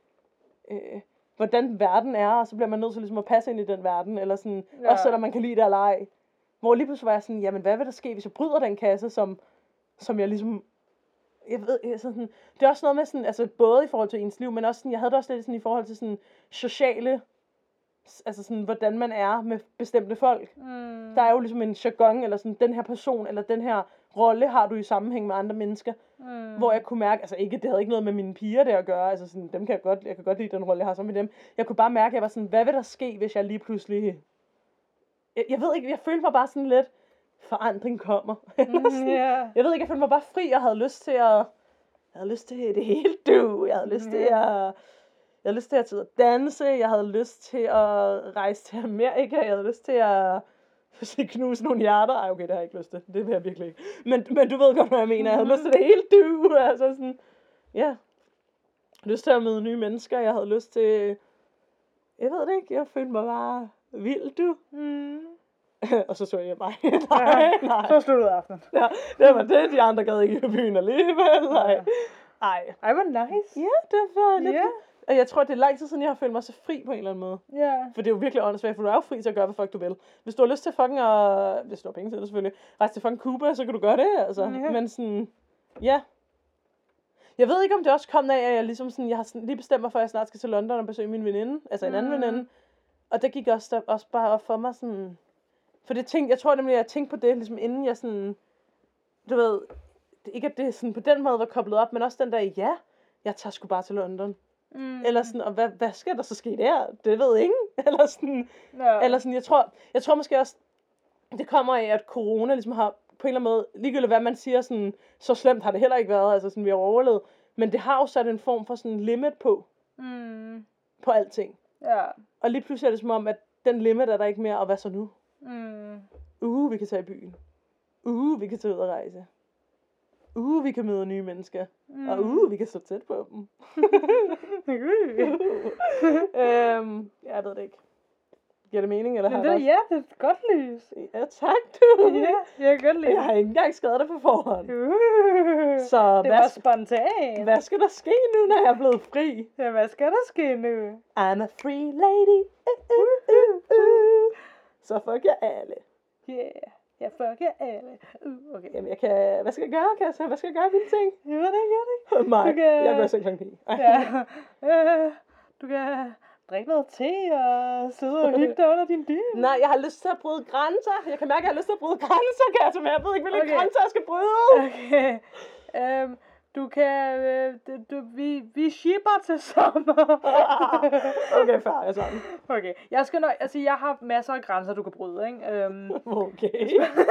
øh, hvordan verden er, og så bliver man nødt til ligesom at passe ind i den verden, eller sådan, Ja. også selvom man kan lide det eller ej. Hvor lige pludselig var jeg sådan, jamen hvad vil der ske, hvis jeg bryder den kasse, som, som jeg ligesom, jeg ved, jeg sådan, det er også noget med sådan, altså både i forhold til ens liv, men også sådan, jeg havde det også lidt sådan i forhold til sådan sociale, altså sådan, hvordan man er med bestemte folk. Mm. Der er jo ligesom en jargon, eller sådan, den her person, eller den her rolle har du i sammenhæng med andre mennesker. Mm. Hvor jeg kunne mærke, altså ikke, det havde ikke noget med mine piger der at gøre, altså sådan, dem kan jeg godt, jeg kan godt lide den rolle, jeg har sammen med dem. Jeg kunne bare mærke, at jeg var sådan, hvad vil der ske, hvis jeg lige pludselig, jeg, jeg ved ikke, jeg følte mig bare sådan lidt, forandring kommer. Mm, yeah. Jeg ved ikke, jeg følte mig bare fri, og havde lyst til at, jeg havde lyst til det hele, du, jeg havde lyst til at, jeg havde lyst til at tage ud og danse, jeg havde lyst til at rejse til Amerika, jeg havde lyst til at knuse nogle hjerter. Ej, okay, det har jeg ikke lyst til. Det vil jeg virkelig ikke. Men, men du ved godt, hvad jeg mener. Jeg havde lyst til det hele, du. Altså sådan, ja. Lyst til at møde nye mennesker. Jeg havde lyst til, jeg ved det ikke, jeg følte mig bare vild, du. Mm. Og så så jeg mig. nej, nej. Så sluttede aftenen. Ja, det var det. De andre gad ikke i byen alligevel. Nej. Ej. Ej, hvor nice. Ja, det var lidt. Ja. Og jeg tror, det er lang tid siden, jeg har følt mig så fri på en eller anden måde. Ja. For det er jo virkelig åndssvagt, for du er jo fri til at gøre, hvad fuck du vil. Hvis du har lyst til fucking at, hvis du har penge til det selvfølgelig, rejse til fucking Cuba, så kan du gøre det, altså. Ja. Men sådan, ja. Jeg ved ikke, om det også kom af, at jeg ligesom sådan, jeg har sådan lige bestemt mig for, at jeg snart skal til London og besøge min veninde, altså en anden Mm. veninde. Og det gik også, der, også bare op for mig sådan, for det tænkte, jeg tror nemlig, at jeg tænkte på det, ligesom inden jeg sådan, du ved, det, ikke at det sådan på den måde var koblet op, men også den der, ja, jeg tager sgu bare til London. Mm. Eller sådan, og hvad, hvad skal der så ske der? Det ved ingen. Eller sådan, Ja. eller sådan, jeg tror, jeg tror måske også, det kommer af, at corona ligesom har på en eller anden måde, ligegyldigt hvad man siger, sådan, så slemt har det heller ikke været, altså sådan, vi har overlevet. Men det har jo sat en form for sådan limit på, Mm. på alting. Ja. Og lige pludselig er det som om, at den limit er der ikke mere, og hvad så nu? Mm. Uh, vi kan tage i byen. Uh, vi kan tage ud og rejse. Uh, vi kan møde nye mennesker. Mm. Og uh, vi kan stå tæt på dem. øhm, jeg ved det ikke. Giver det mening, eller Men har det, jeg ja, det er et godt lys. Ja, tak du. Ja, jeg kan godt lide. Jeg har ikke engang skrevet det på forhånd. Uh, Så det hvad, var spontant. hvad skal der ske nu, når jeg er blevet fri? Ja, hvad skal der ske nu? I'm a free lady. Uh, uh, uh, uh. Så fuck jeg alle. Yeah, jeg fucker alle. Uh, okay. Jamen, jeg kan... Hvad skal jeg gøre, Kasser? Hvad skal jeg gøre af mine ting? Jeg ved det ikke, jeg ved det ikke. Mig. Du kan- Jeg gør selv klokken pige. Ja. Øh, du kan drikke noget te og sidde og hygge dig under din dyne. Nej, jeg har lyst til at bryde grænser. Jeg kan mærke, at jeg har lyst til at bryde grænser, Kasser, men jeg ved ikke, hvilke Okay. grænser jeg skal bryde. Okay. Øhm, du kan... Øh, du, du, vi, vi shipper til sommer. Okay, fair, jeg sådan. Okay. Jeg skal nok... Altså, jeg har masser af grænser, du kan bryde, ikke? Øhm, Okay.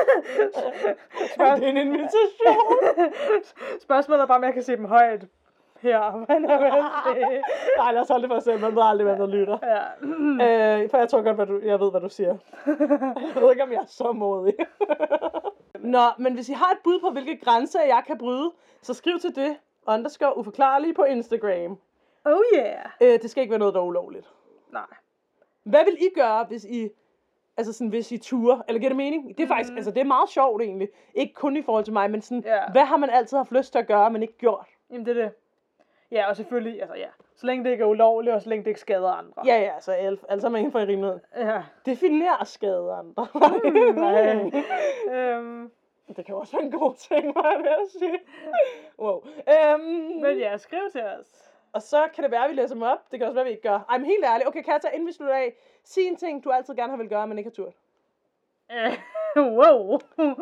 Er det en invitation? Spørgsmålet er bare, om jeg kan se dem højt. Her, hvad er det? Nej, lad os holde det for os selv. Man ved aldrig, hvad der lytter. Ja. Øh, for jeg tror godt, hvad du, jeg ved, hvad du siger. Jeg ved ikke, om jeg er så modig. Nå, men hvis I har et bud på, hvilke grænser jeg kan bryde, så skriv til det, underscore uforklarlige på Instagram. Oh yeah. Øh, det skal ikke være noget, der er ulovligt. Nej. Hvad vil I gøre, hvis I, altså sådan, hvis I turer? Eller giver det mening? Det er faktisk, Mhm. altså det er meget sjovt egentlig. Ikke kun i forhold til mig, men sådan, Ja. hvad har man altid haft lyst til at gøre, men ikke gjort? Jamen, det er det. Ja, og selvfølgelig, altså ja. Så længe det ikke er ulovligt, og så længe det ikke skader andre. Ja, ja, så altså, altså man inden for en rimelighed. Ja. Definer at skade andre. Nej. øhm, Det kan også være en god ting, var jeg ved at sige. Wow. Øhm, men ja, skriv til os. Og så kan det være, at vi læser dem op. Det kan også være, at vi ikke gør. Ej, men helt ærligt. Okay, Katja, inden vi slutter af. Sig en ting, du altid gerne har vil gøre, men ikke har turt. Øh, wow.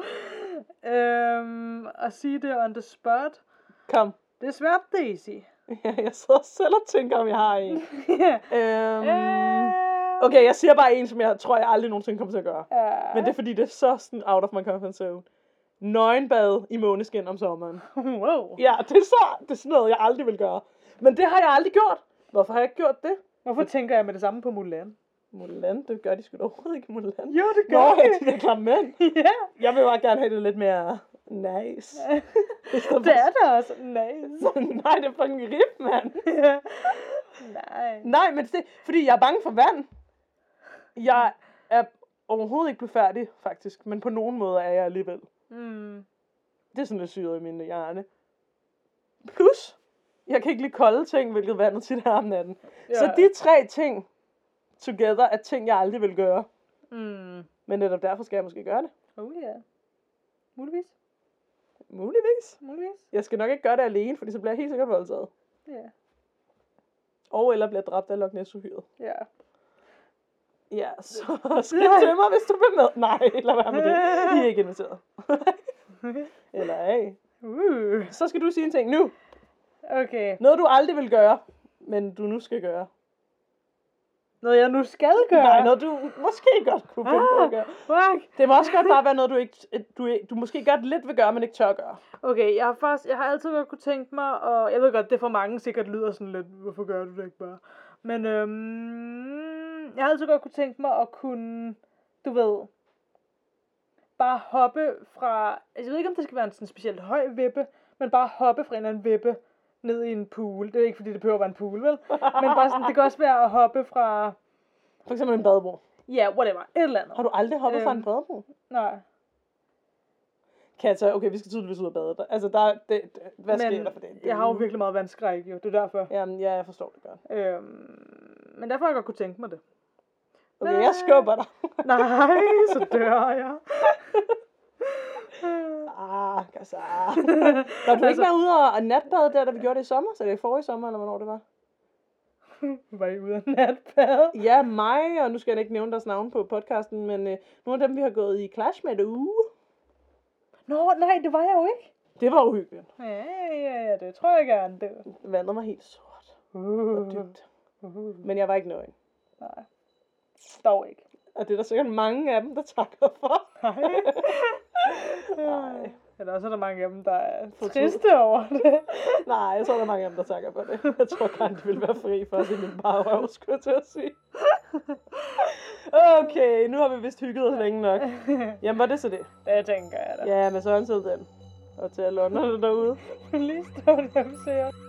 øhm, at sige det on the spot. Kom. Det er svært, Daisy. Ja, jeg sidder selv og tænker, om jeg har en. Ja. øhm, Øhm, okay, jeg siger bare en, som jeg tror, jeg aldrig nogensinde kommer til at gøre. Ja. Men det er fordi, det er så sådan out of my comfort zone. Nøgenbad i måneskin om sommeren. Wow. Ja, det er, så, det er sådan noget, jeg aldrig vil gøre. Men det har jeg aldrig gjort. Hvorfor har jeg ikke gjort det? Hvorfor tænker jeg med det samme på Mulan? Mulan, det gør de sgu da overhovedet ikke, Mulan. Jo, det Nå, gør ja, de der klamme mænd. Ja. Jeg vil bare gerne have det lidt mere nice. Det er da også nice. Nej, det er fucking rip, mand. Ja. Nej. Nej, men det fordi jeg er bange for vand. Jeg er overhovedet ikke blufærdig, faktisk. Men på nogen måde er jeg alligevel. Mm. Det er sådan lidt syret i min hjerne. Plus, jeg kan ikke lide kolde ting, hvilket vandet tit er om natten. Ja. Så de tre ting together er ting, jeg aldrig vil gøre. Mm. Men netop derfor skal jeg måske gøre det. Oh ja. Yeah. Muligvis. Muligvis. Muligvis. Jeg skal nok ikke gøre det alene, fordi så bliver jeg helt sikkert voldtaget. Ja. Yeah. Og eller bliver dræbt af Loch Ness-uhyret. Ja. Ja, så skriv til mig, hvis du vil med. Nej, lad være med det. I er ikke inviteret. Eller hey. Uh. Så skal du sige en ting nu. Okay. Noget du aldrig vil gøre, men du nu skal gøre. Noget jeg nu skal gøre? Nej, noget du måske godt kunne finde på at gøre. Fuck. Det må også godt bare være noget, du ikke, du, du måske godt lidt vil gøre, men ikke tør gøre. Okay, jeg har faktisk, jeg har altid godt kunne tænke mig, og jeg ved godt, det for mange sikkert lyder sådan lidt, hvorfor gør du det ikke bare? Men øhm, jeg har altid godt kunne tænke mig at kunne, du ved, bare hoppe fra, altså jeg ved ikke, om det skal være en sådan specielt høj vippe, men bare hoppe fra en eller anden vippe ned i en pool. Det er ikke, fordi det behøver at være en pool, vel? Men bare sådan, det kan også være at hoppe fra, For eksempel en badebro. ja, yeah, whatever, et eller andet. Har du aldrig hoppet øhm, fra en Øhm. badebro? Nej. Katja, okay, vi skal tydeligvis ud og bade. Altså, der, det, det, hvad Men sker der for det? det jeg har jo virkelig meget vandskræk, jo. Det er derfor. Jamen, ja, jeg forstår det godt. Øhm, men derfor har jeg godt kunne tænke mig det. Okay, jeg skubber dig. Nej, så dør jeg. Ah, Kasja. Var du ikke med ude og, og natbade der, da vi gjorde det i sommer? Så det er forrige sommer, eller hvornår det var? Var I ude af natbade? Ja, mig, og nu skal jeg ikke nævne deres navn på podcasten, men øh, nogle af dem, vi har gået i Clash med derude. Nå, nej, det var jeg jo ikke. Det var uhyggeligt. Ja, ja, ja, det tror jeg gerne, det var. Vandet var helt sort og Uh, dybt. uh, Men jeg var ikke nøgen. nej, dog ikke. Og det er der sikkert mange af dem, der takker for. Nej. Nej. Eller også er der mange af dem, der er Fortryd. triste over det. Nej, jeg tror, der er mange af dem, der takker for det. Jeg tror gerne, de vil være fri for at se min bare røv, skulle jeg til at sige. Okay, nu har vi vist hygget os længe nok. Jamen, var det så det? Det tænker jeg da. Ja, med sådan tid den. Og til alle ånderne derude. Lige stå dem, ser